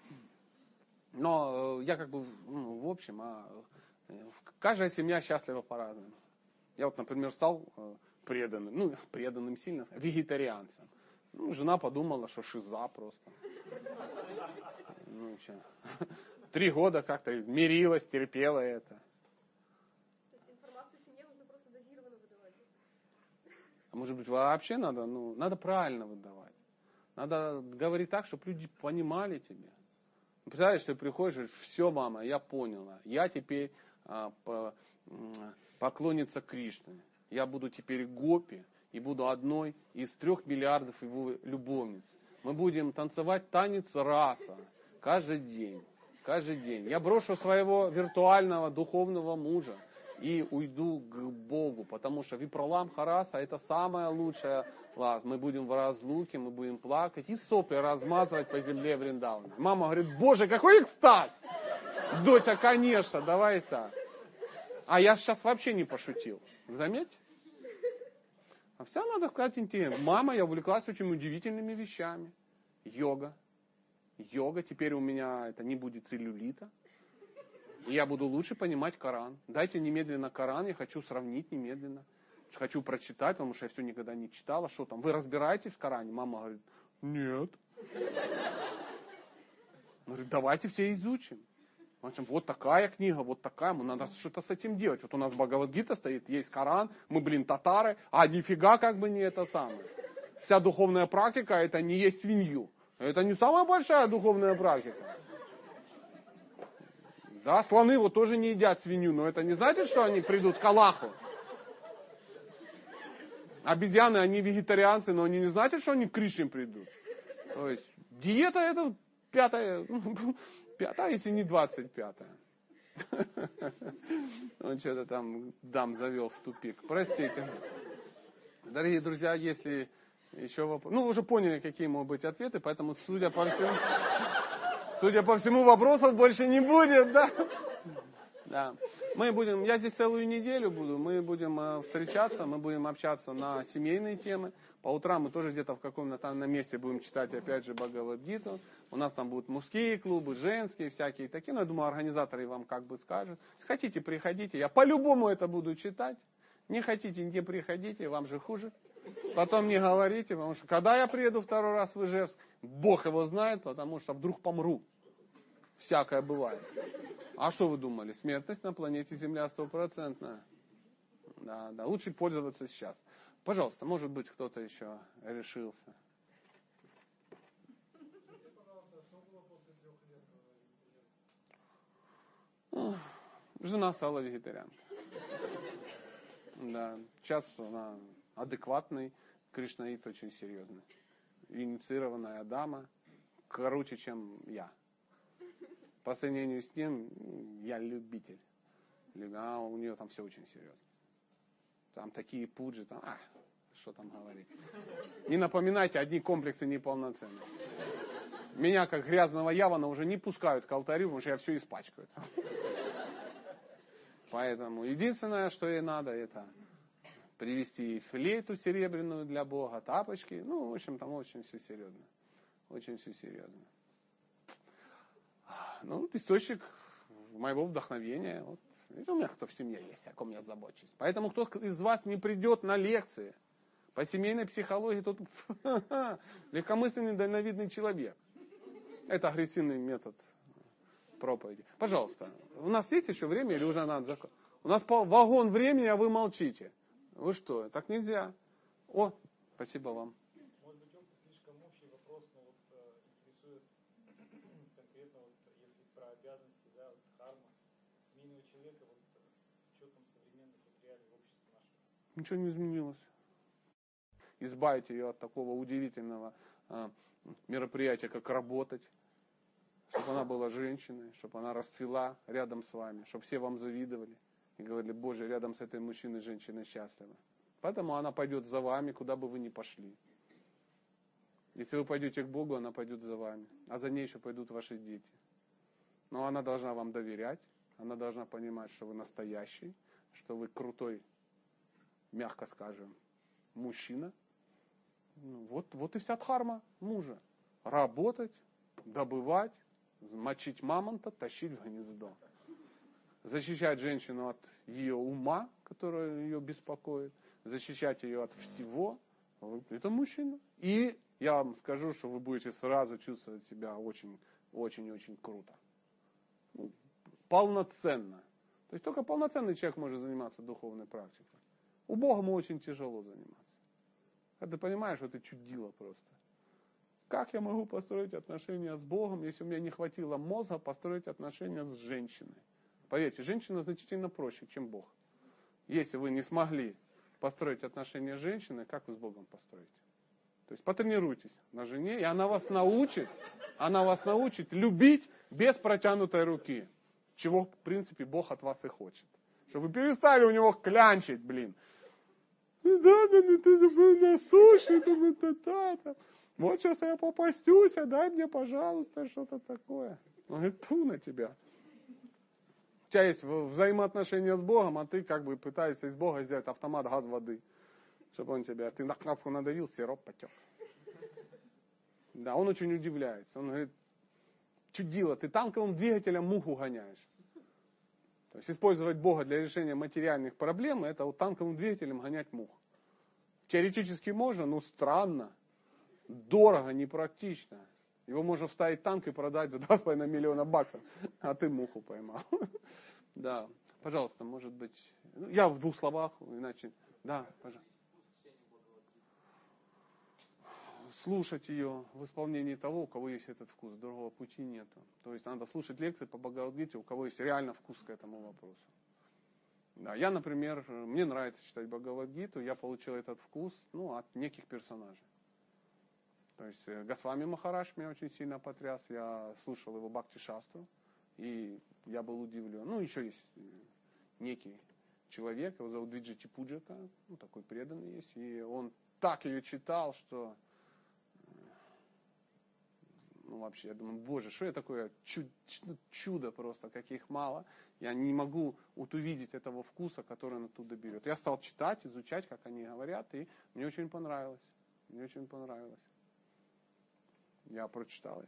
Но я в общем, каждая семья счастлива по-разному. Я например, стал преданным сильно, вегетарианцем. Жена подумала, что шиза просто. 3 года как-то мирилась, терпела это. То есть информацию в семье нужно просто дозированно выдавать? А может быть вообще надо правильно выдавать. Надо говорить так, чтобы люди понимали тебя. Представляешь, ты приходишь, все, мама, я поняла. Я теперь поклонница Кришны. Я буду теперь гопи и буду одной из 3 миллиардов его любовниц. Мы будем танцевать танец раса каждый день. Каждый день. Я брошу своего виртуального духовного мужа и уйду к Богу, потому что Випралам Хараса это самая лучшая лаз. Мы будем в разлуке, мы будем плакать и сопли размазывать по земле Вриндавана. Мама говорит, Боже, какой экстаз! Доча, конечно, давай так. А я сейчас вообще не пошутил. Заметьте? А все надо сказать интересно. Мама, я увлеклась очень удивительными вещами. Йога. Теперь у меня это не будет целлюлита. И я буду лучше понимать Коран. Дайте немедленно Коран, я хочу сравнить немедленно. Хочу прочитать, потому что я все никогда не читала. Что там, вы разбираетесь в Коране? Мама говорит, нет. Говорит, давайте все изучим. Вот такая книга, вот такая, надо что-то с этим делать. Вот у нас Бхагавад-гита стоит, есть Коран, мы, татары, а нифига не это самое. Вся духовная практика это не есть свинью. Это не самая большая духовная практика. Да, слоны тоже не едят свинью, но это не значит, что они придут к Аллаху. Обезьяны, они вегетарианцы, но они не значит, что они к Кришне придут. То есть диета это 5-я, если не 25-я. Он что-то там завел в тупик. Простите. Дорогие друзья, если еще вопросы... Ну, вы уже поняли, какие могут быть ответы, поэтому, судя по всему, вопросов больше не будет, да? Да. Я здесь целую неделю буду, мы будем встречаться, мы будем общаться на семейные темы. По утрам мы тоже где-то в каком-то там на месте будем читать, опять же, Бхагавад-гиту. У нас там будут мужские клубы, женские, всякие такие. Но я думаю, организаторы вам как бы скажут. Если хотите, приходите. Я по-любому это буду читать. Не хотите, не приходите, вам же хуже. Потом не говорите, потому что когда я приеду второй раз в Ижевск, Бог его знает, потому что вдруг помру. Всякое бывает. А что вы думали? Смертность на планете Земля 100%. Да, лучше пользоваться сейчас. Пожалуйста, может быть, кто-то еще решился. Жена стала вегетарианкой. Да, сейчас она адекватный кришнаит, очень серьезный. Инициированная дама, короче, чем я. По сравнению с ним, я любитель. А у нее там все очень серьезно. Там такие пуджи, там, что там говорить. Не напоминайте, одни комплексы неполноценности. Меня, как грязного явана, уже не пускают к алтарю, потому что я все испачкаю. Поэтому единственное, что ей надо, это привезти флейту серебряную для Бога, тапочки. Ну, в общем, там очень все серьезно. Очень все серьезно. Ну, источник моего вдохновения. Вот. У меня кто в семье есть, о ком я забочусь. Поэтому кто из вас не придет на лекции по семейной психологии, тот легкомысленный, дальновидный человек. Это агрессивный метод проповеди. Пожалуйста, у нас есть еще время или уже надо закончить? У нас вагон времени, а вы молчите. Вы что, так нельзя. О, спасибо вам. Может быть, опыт слишком общий вопрос, но вот интересует конкретно, вот, если про обязанности, да, вот, харма, семейного человека, вот, с учетом современных вот, реалий общества нашего. Ничего не изменилось. Избавить ее от такого удивительного мероприятия, как работать, чтобы она была женщиной, чтобы она расцвела рядом с вами, чтобы все вам завидовали и говорили: Боже, рядом с этой мужчиной женщина счастлива. Поэтому она пойдет за вами, куда бы вы ни пошли. Если вы пойдете к Богу, она пойдет за вами, а за ней еще пойдут ваши дети. Но она должна вам доверять, она должна понимать, что вы настоящий, что вы крутой, мягко скажем, мужчина. Вот и вся дхарма мужа. Работать, добывать, мочить мамонта, тащить в гнездо. Защищать женщину от ее ума, которая ее беспокоит. Защищать ее от всего. Это мужчина. И я вам скажу, что вы будете сразу чувствовать себя очень-очень круто. Полноценно. То есть только полноценный человек может заниматься духовной практикой. У Бога ему очень тяжело заниматься. Когда ты понимаешь, что ты чудило просто. Как я могу построить отношения с Богом, если у меня не хватило мозга построить отношения с женщиной? Поверьте, женщина значительно проще, чем Бог. Если вы не смогли построить отношения с женщиной, как вы с Богом построите? То есть потренируйтесь на жене, и она вас научит любить без протянутой руки. Чего, в принципе, Бог от вас и хочет. Чтобы вы перестали у него клянчить, блин. Ты же был на суше, вот сейчас я попастюсь, дай мне, пожалуйста, что-то такое. Он говорит: тьфу на тебя. У тебя есть взаимоотношения с Богом, а ты как бы пытаешься из Бога сделать автомат газ воды. Чтобы он тебя, ты на кнопку надавил, сироп потек. Да, он очень удивляется. Он говорит: чудило, ты танковым двигателем муху гоняешь. То есть использовать Бога для решения материальных проблем, это вот танковым двигателем гонять мух. Теоретически можно, но странно, дорого, непрактично. Его можно вставить в танк и продать за 2,5 миллиона баксов, а ты муху поймал. Да, пожалуйста, может быть, я в 2 словах, иначе, да, пожалуйста. Слушать ее в исполнении того, у кого есть этот вкус, другого пути нету. То есть надо слушать лекции по Бхагавад-гите, у кого есть реально вкус к этому вопросу. Да, я, например, мне нравится читать Бхагавад-гиту, я получил этот вкус, от неких персонажей. То есть Госвами Махарадж меня очень сильно потряс, я слушал его Бхакти-шастру, и я был удивлен. Еще есть некий человек, его зовут Виджити Пуджака, ну, такой преданный есть, и он так ее читал, что, ну, вообще, я думаю, боже, что я такое, чудо просто, каких мало, я не могу вот увидеть этого вкуса, который он оттуда берет. Я стал читать, изучать, как они говорят, и мне очень понравилось, Я прочитал,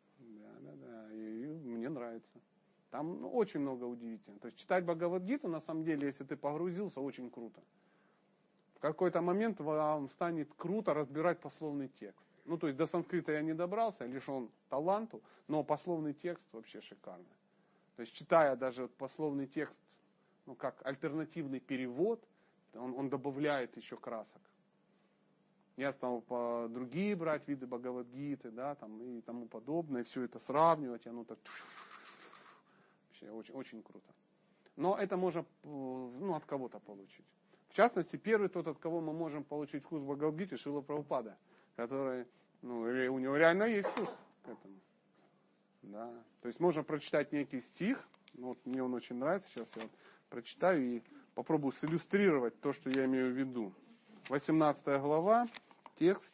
и мне нравится. Там очень много удивительного. То есть читать Бхагавад-гиту, на самом деле, если ты погрузился, очень круто. В какой-то момент вам станет круто разбирать пословный текст. Ну, то есть до санскрита я не добрался, лишен таланту, но пословный текст вообще шикарный. То есть читая даже пословный текст, ну, как альтернативный перевод, он добавляет еще красок. Я стал по другие брать виды Бхагавад-гиты, да, там, и тому подобное, все это сравнивать, и оно так... Вообще очень, очень круто. Но это можно, ну, от кого-то получить. В частности, первый тот, от кого мы можем получить вкус Бхагавад-гиты, Шрила Прабхупада, который, ну, у него реально есть вкус к этому. Да. То есть можно прочитать некий стих, ну, вот мне он очень нравится, сейчас я вот прочитаю и попробую силлюстрировать то, что я имею в виду. 18 глава, текст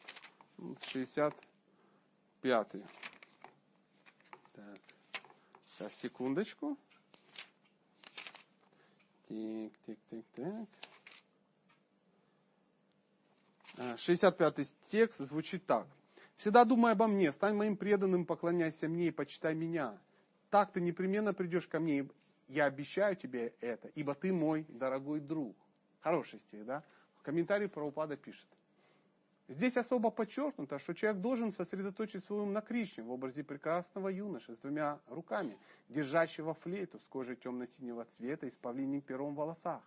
65. Так. Сейчас, секундочку. Так. 65-й текст звучит так. «Всегда думай обо мне, стань моим преданным, поклоняйся мне и почитай меня. Так ты непременно придешь ко мне, я обещаю тебе это, ибо ты мой дорогой друг». Хороший стих, да? В комментарии Прабхупада пишет. Здесь особо подчеркнуто, что человек должен сосредоточить свой ум на Кришне в образе прекрасного юноши с двумя руками, держащего флейту с кожей темно-синего цвета и с павлиним пером в волосах.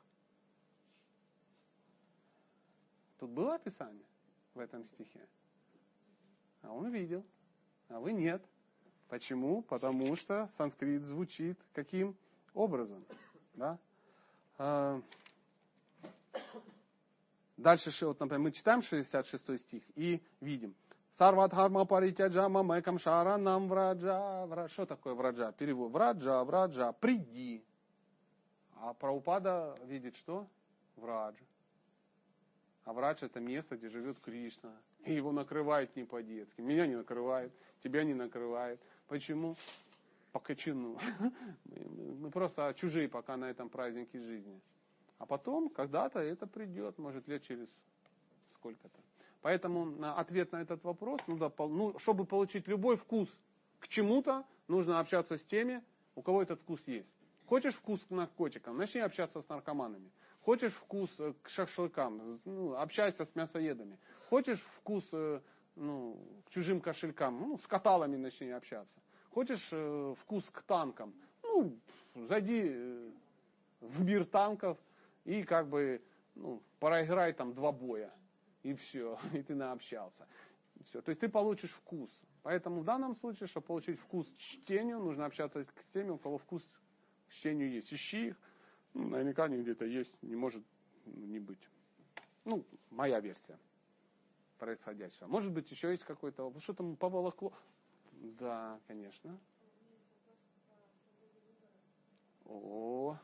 Тут было описание в этом стихе? А он видел, а вы нет. Почему? Потому что санскрит звучит каким образом? Да? Дальше, вот, например, мы читаем 66 стих и видим. Сарвадхарма паритяджама мэкам шаранам враджа. Что такое враджа? Перевод. Враджа, приди. А Прабхупада видит что? Враджа. А врадж это место, где живет Кришна. И его накрывает не по-детски. Меня не накрывает, тебя не накрывает. Почему? По качану. Мы просто чужие пока на этом празднике жизни. А потом, когда-то это придет, может, лет через сколько-то. Поэтому ответ на этот вопрос, чтобы получить любой вкус к чему-то, нужно общаться с теми, у кого этот вкус есть. Хочешь вкус к наркотикам, начни общаться с наркоманами. Хочешь вкус к шашлыкам, общайся с мясоедами. Хочешь вкус к чужим кошелькам, с каталами начни общаться. Хочешь вкус к танкам, зайди в мир танков и проиграй там 2 боя. И все, и ты наобщался. Все. То есть ты получишь вкус. Поэтому в данном случае, чтобы получить вкус к чтению, нужно общаться с теми, у кого вкус к чтению есть. Ищи их. Наверняка они где-то есть, не может не быть. Моя версия происходящего. Может быть, еще есть какой-то... Что там поволокло? Да, конечно. О.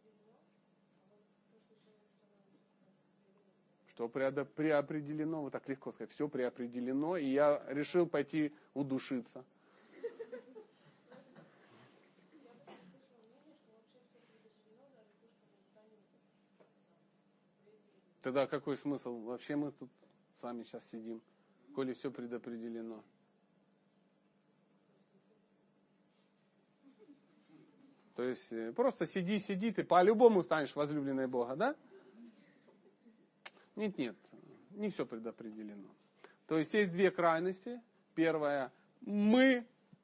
Что преопределено, вот так легко сказать, все преопределено, и я решил пойти удушиться. Тогда какой смысл? Вообще мы тут с вами сейчас сидим, коли все предопределено. То есть просто сиди, ты по-любому станешь возлюбленной Бога, да? Нет, не все предопределено. То есть есть 2 крайности. Первая, мы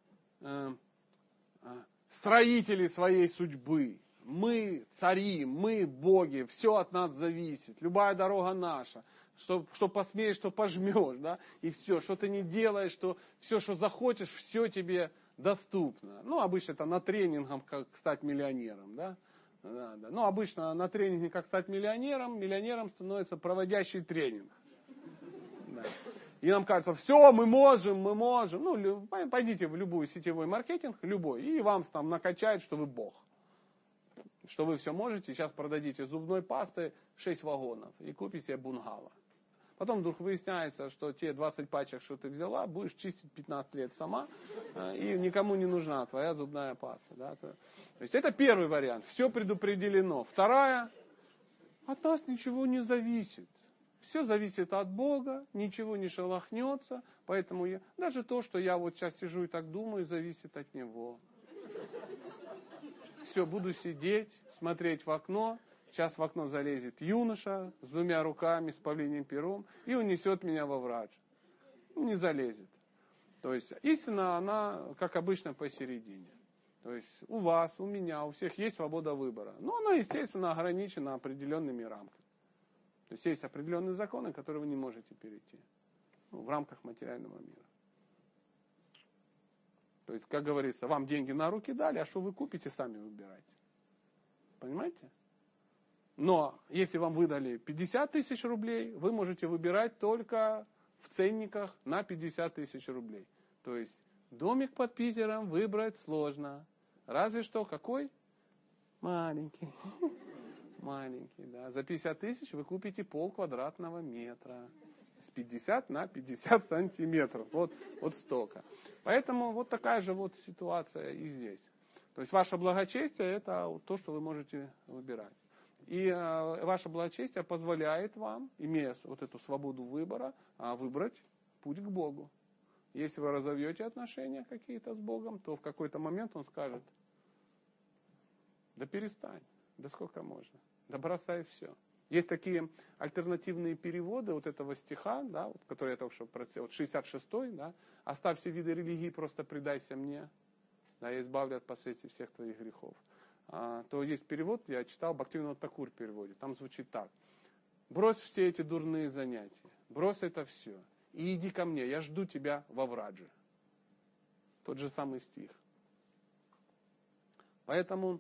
строители своей судьбы. Мы цари, мы боги, все от нас зависит. Любая дорога наша. Что посмеешь, что пожмешь, да? И все, что ты не делаешь, что все, что захочешь, все тебе доступно. Обычно это на тренингах, как стать миллионером, да? Да. Обычно на тренинге как стать миллионером становится проводящий тренинг. Да. И нам кажется, все, мы можем. Пойдите в любой сетевой маркетинг, любой, и вам там накачают, что вы бог. что вы все можете, сейчас продадите зубной пасты 6 вагонов и купите себе бунгало. Потом вдруг выясняется, что те 20 пачек, что ты взяла, будешь чистить 15 лет сама, и никому не нужна твоя зубная паста. Да? То есть это первый вариант. Все предопределено. Вторая, от нас ничего не зависит. Все зависит от Бога, ничего не шелохнется, поэтому даже то, что я вот сейчас сижу и так думаю, зависит от Него. Все, буду сидеть, смотреть в окно. Сейчас в окно залезет юноша с 2 руками, с павлиним пером и унесет меня во враж. Не залезет. То есть истина, она, как обычно, посередине. То есть у вас, у меня, у всех есть свобода выбора. Но она, естественно, ограничена определенными рамками. То есть есть определенные законы, которые вы не можете перейти в рамках материального мира. То есть, как говорится, вам деньги на руки дали, а что вы купите, сами выбирайте. Понимаете? Но если вам выдали 50 тысяч рублей, вы можете выбирать только в ценниках на 50 тысяч рублей. То есть домик под Питером выбрать сложно. Разве что какой? Маленький. Маленький, да. За 50 тысяч вы купите полквадратного метра. С 50 на 50 сантиметров. Вот столько. Поэтому вот такая же вот ситуация и здесь. То есть ваше благочестие это то, что вы можете выбирать. И ваше благочестие позволяет вам, имея вот эту свободу выбора, выбрать путь к Богу. Если вы разовьете отношения какие-то с Богом, то в какой-то момент Он скажет: да перестань, да сколько можно, да бросай все. Есть такие альтернативные переводы вот этого стиха, да, вот, который я только что прочитал, вот 66-й, да, «Оставь все виды религии, просто предайся мне, да, я избавлю от последствий всех твоих грехов». То есть перевод, я читал, Бхактивинода Такур переводит, там звучит так: брось все эти дурные занятия, брось это все, и иди ко мне, я жду тебя во врадже. Тот же самый стих. Поэтому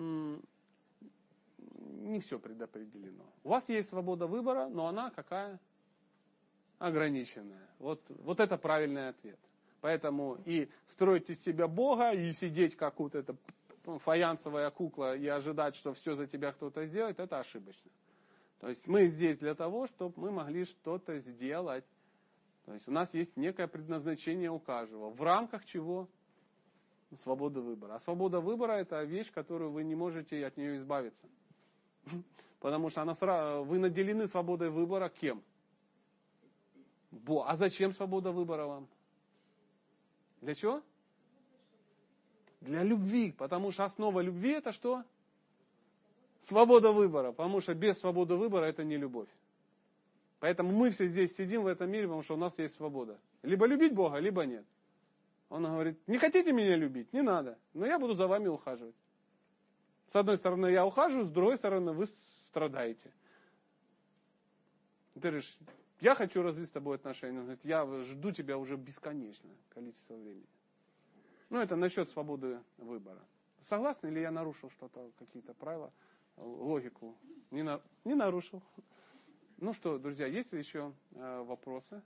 не все предопределено. У вас есть свобода выбора, но она какая? Ограниченная. Вот это правильный ответ. Поэтому и строить из себя Бога, и сидеть как вот эта фаянсовая кукла и ожидать, что все за тебя кто-то сделает, это ошибочно. То есть мы здесь для того, чтобы мы могли что-то сделать. То есть у нас есть некое предназначение у каждого. В рамках чего? Свобода выбора. А свобода выбора это вещь, которую вы не можете от нее избавиться. Потому что вы наделены свободой выбора кем? А зачем свобода выбора вам? Для чего? Для любви. Потому что основа любви это что? Свобода выбора. Потому что без свободы выбора это не любовь. Поэтому мы все здесь сидим в этом мире, потому что у нас есть свобода. Либо любить Бога, либо нет. Он говорит: не хотите меня любить? Не надо. Но я буду за вами ухаживать. С одной стороны я ухаживаю, с другой стороны вы страдаете. Ты говоришь: я хочу развить с тобой отношения. Он говорит: я жду тебя уже бесконечное количество времени. Это насчет свободы выбора. Согласны или я нарушил что-то, какие-то правила, логику? Не нарушил. Ну что, друзья, есть ли еще вопросы?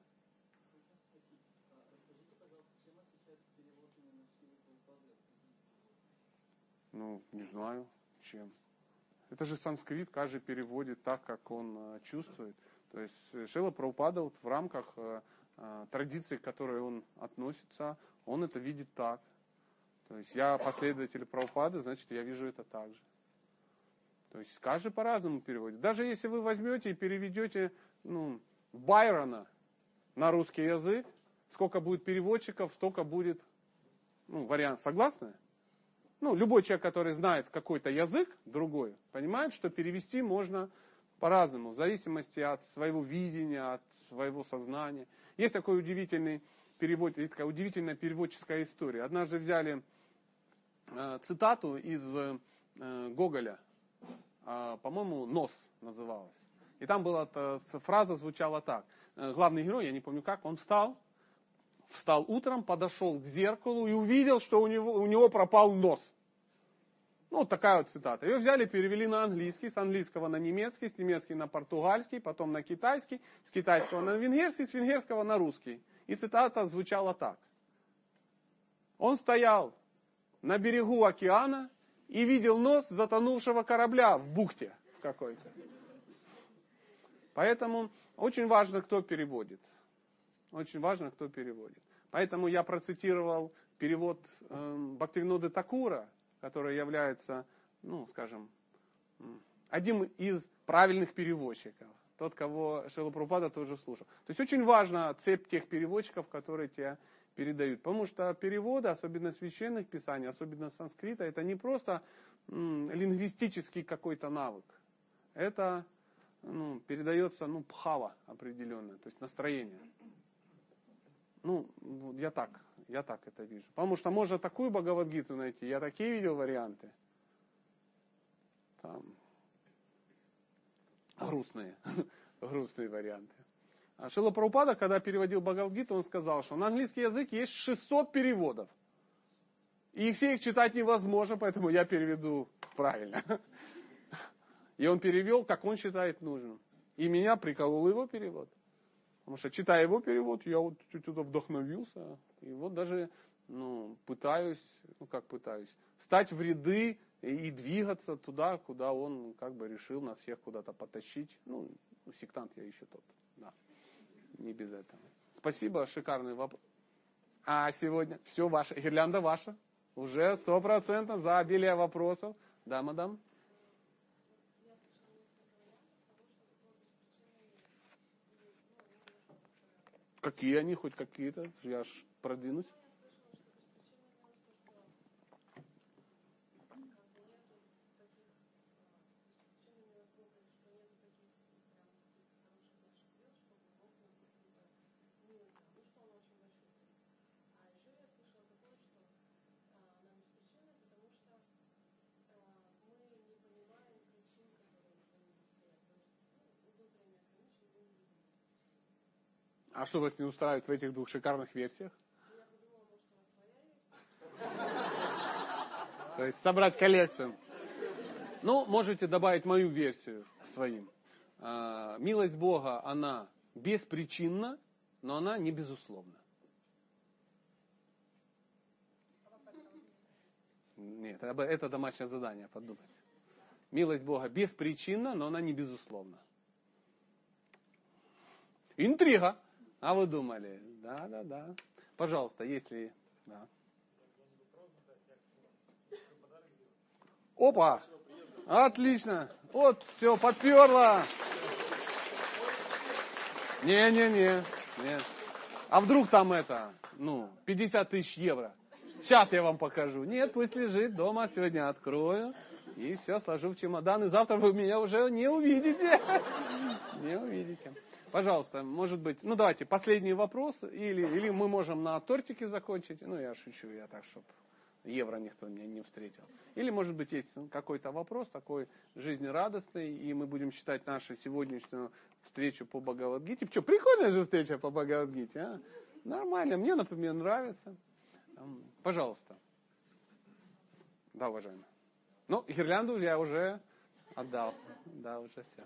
Не знаю, чем. Это же санскрит, каждый переводит так, как он чувствует. То есть Шрила Прабхупада в рамках традиции, к которой он относится, он это видит так. То есть я последователь Прабхупады, значит я вижу это так же. То есть каждый по-разному переводит. Даже если вы возьмете и переведете Байрона на русский язык, сколько будет переводчиков, столько будет вариант. Согласны? Любой человек, который знает какой-то язык другой, понимает, что перевести можно по-разному, в зависимости от своего видения, от своего сознания. Есть такой удивительный перевод, есть такая удивительная переводческая история. Однажды взяли цитату из Гоголя, по-моему, «Нос» называлась. И там была фраза, звучала так. Главный герой, я не помню как, он встал утром, подошел к зеркалу и увидел, что у него пропал нос. Такая вот цитата. Ее взяли, перевели на английский, с английского на немецкий, с немецкий на португальский, потом на китайский, с китайского на венгерский, с венгерского на русский. И цитата звучала так. Он стоял на берегу океана и видел нос затонувшего корабля в бухте какой-то. Поэтому очень важно, кто переводит. Очень важно, кто переводит. Поэтому я процитировал перевод Бхактивиноды Такура, который является, ну, скажем, одним из правильных переводчиков. Тот, кого Шрила Прабхупада тоже слушал. То есть очень важна цепь тех переводчиков, которые тебя передают. Потому что переводы, особенно священных писаний, особенно санскрита, это не просто лингвистический какой-то навык. Это передается бхава определенное, то есть настроение. Я так это вижу. Потому что можно такую Бхагавад-гиту найти, я такие видел варианты. Там грустные варианты. А Шрила Прабхупада, когда переводил Бхагавад-гиту, он сказал, что на английский язык есть 600 переводов. И все их читать невозможно, поэтому я переведу правильно. И он перевел, как он считает нужным. И меня приколол его перевод. Потому что, читая его перевод, я вот чуть-чуть вдохновился. И вот даже пытаюсь стать в ряды и двигаться туда, куда он решил нас всех куда-то потащить. Сектант я еще тот. Да. Не без этого. Спасибо, шикарный вопрос. А сегодня все ваше, гирлянда ваша. Уже 100% за обилие вопросов. Да, мадам? Какие они, хоть какие-то? Я аж продвинусь. А что вас не устраивает в этих двух шикарных версиях? То есть собрать коллекцию. Можете добавить мою версию к своим. Милость Бога, она беспричинна, но она не безусловна. Нет, это домашнее задание, подумайте. Милость Бога беспричинна, но она не безусловна. Интрига. А вы думали? Да. Пожалуйста, если... Да. Опа! Отлично! Вот, все, поперло! Не. А вдруг там 50 тысяч евро? Сейчас я вам покажу. Нет, пусть лежит дома, сегодня открою. И все, сложу в чемодан. И завтра вы меня уже не увидите. Не увидите. Пожалуйста, может быть, давайте последний вопрос, или мы можем на тортике закончить. Я шучу, я так, чтобы евро никто меня не встретил. Или, может быть, есть какой-то вопрос такой жизнерадостный, и мы будем считать нашу сегодняшнюю встречу по Бхагавад-гите. Что, прикольная же встреча по Бхагавад-гите, а? Нормально, мне, например, нравится. Пожалуйста. Да, уважаемый. Гирлянду я уже отдал. Да, уже все.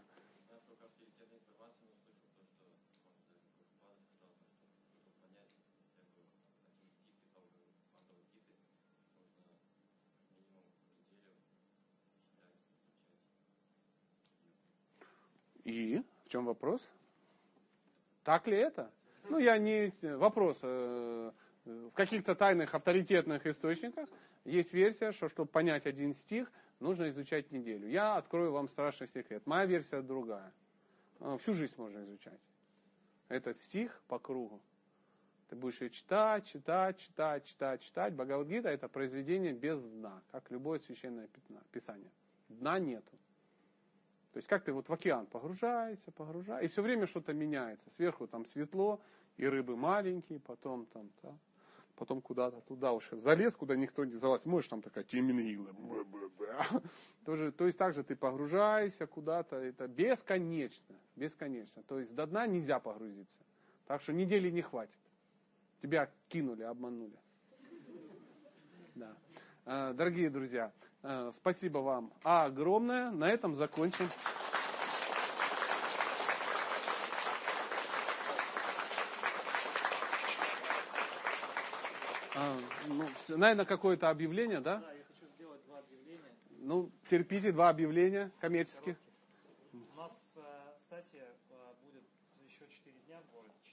И в чем вопрос? Так ли это? Я не... Вопрос. В каких-то тайных авторитетных источниках есть версия, что чтобы понять один стих, нужно изучать неделю. Я открою вам страшный секрет. Моя версия другая. Всю жизнь можно изучать. Этот стих по кругу. Ты будешь ее читать. Бхагавад-гита — это произведение без дна, как любое священное писание. Дна нету. То есть как ты в океан погружаешься, и все время что-то меняется. Сверху там светло, и рыбы маленькие, потом куда-то туда уж залез, куда никто не залазит. Можешь там такая темнила. То есть также ты погружаешься куда-то, это бесконечно. То есть до дна нельзя погрузиться. Так что недели не хватит. Тебя кинули, обманули. Да. Дорогие друзья, спасибо вам огромное. На этом закончим. Наверное, какое-то объявление, да? Да, я хочу сделать 2 объявления. Ну, терпите 2 объявления коммерческих. У нас, кстати, будет еще 4 дня в городе.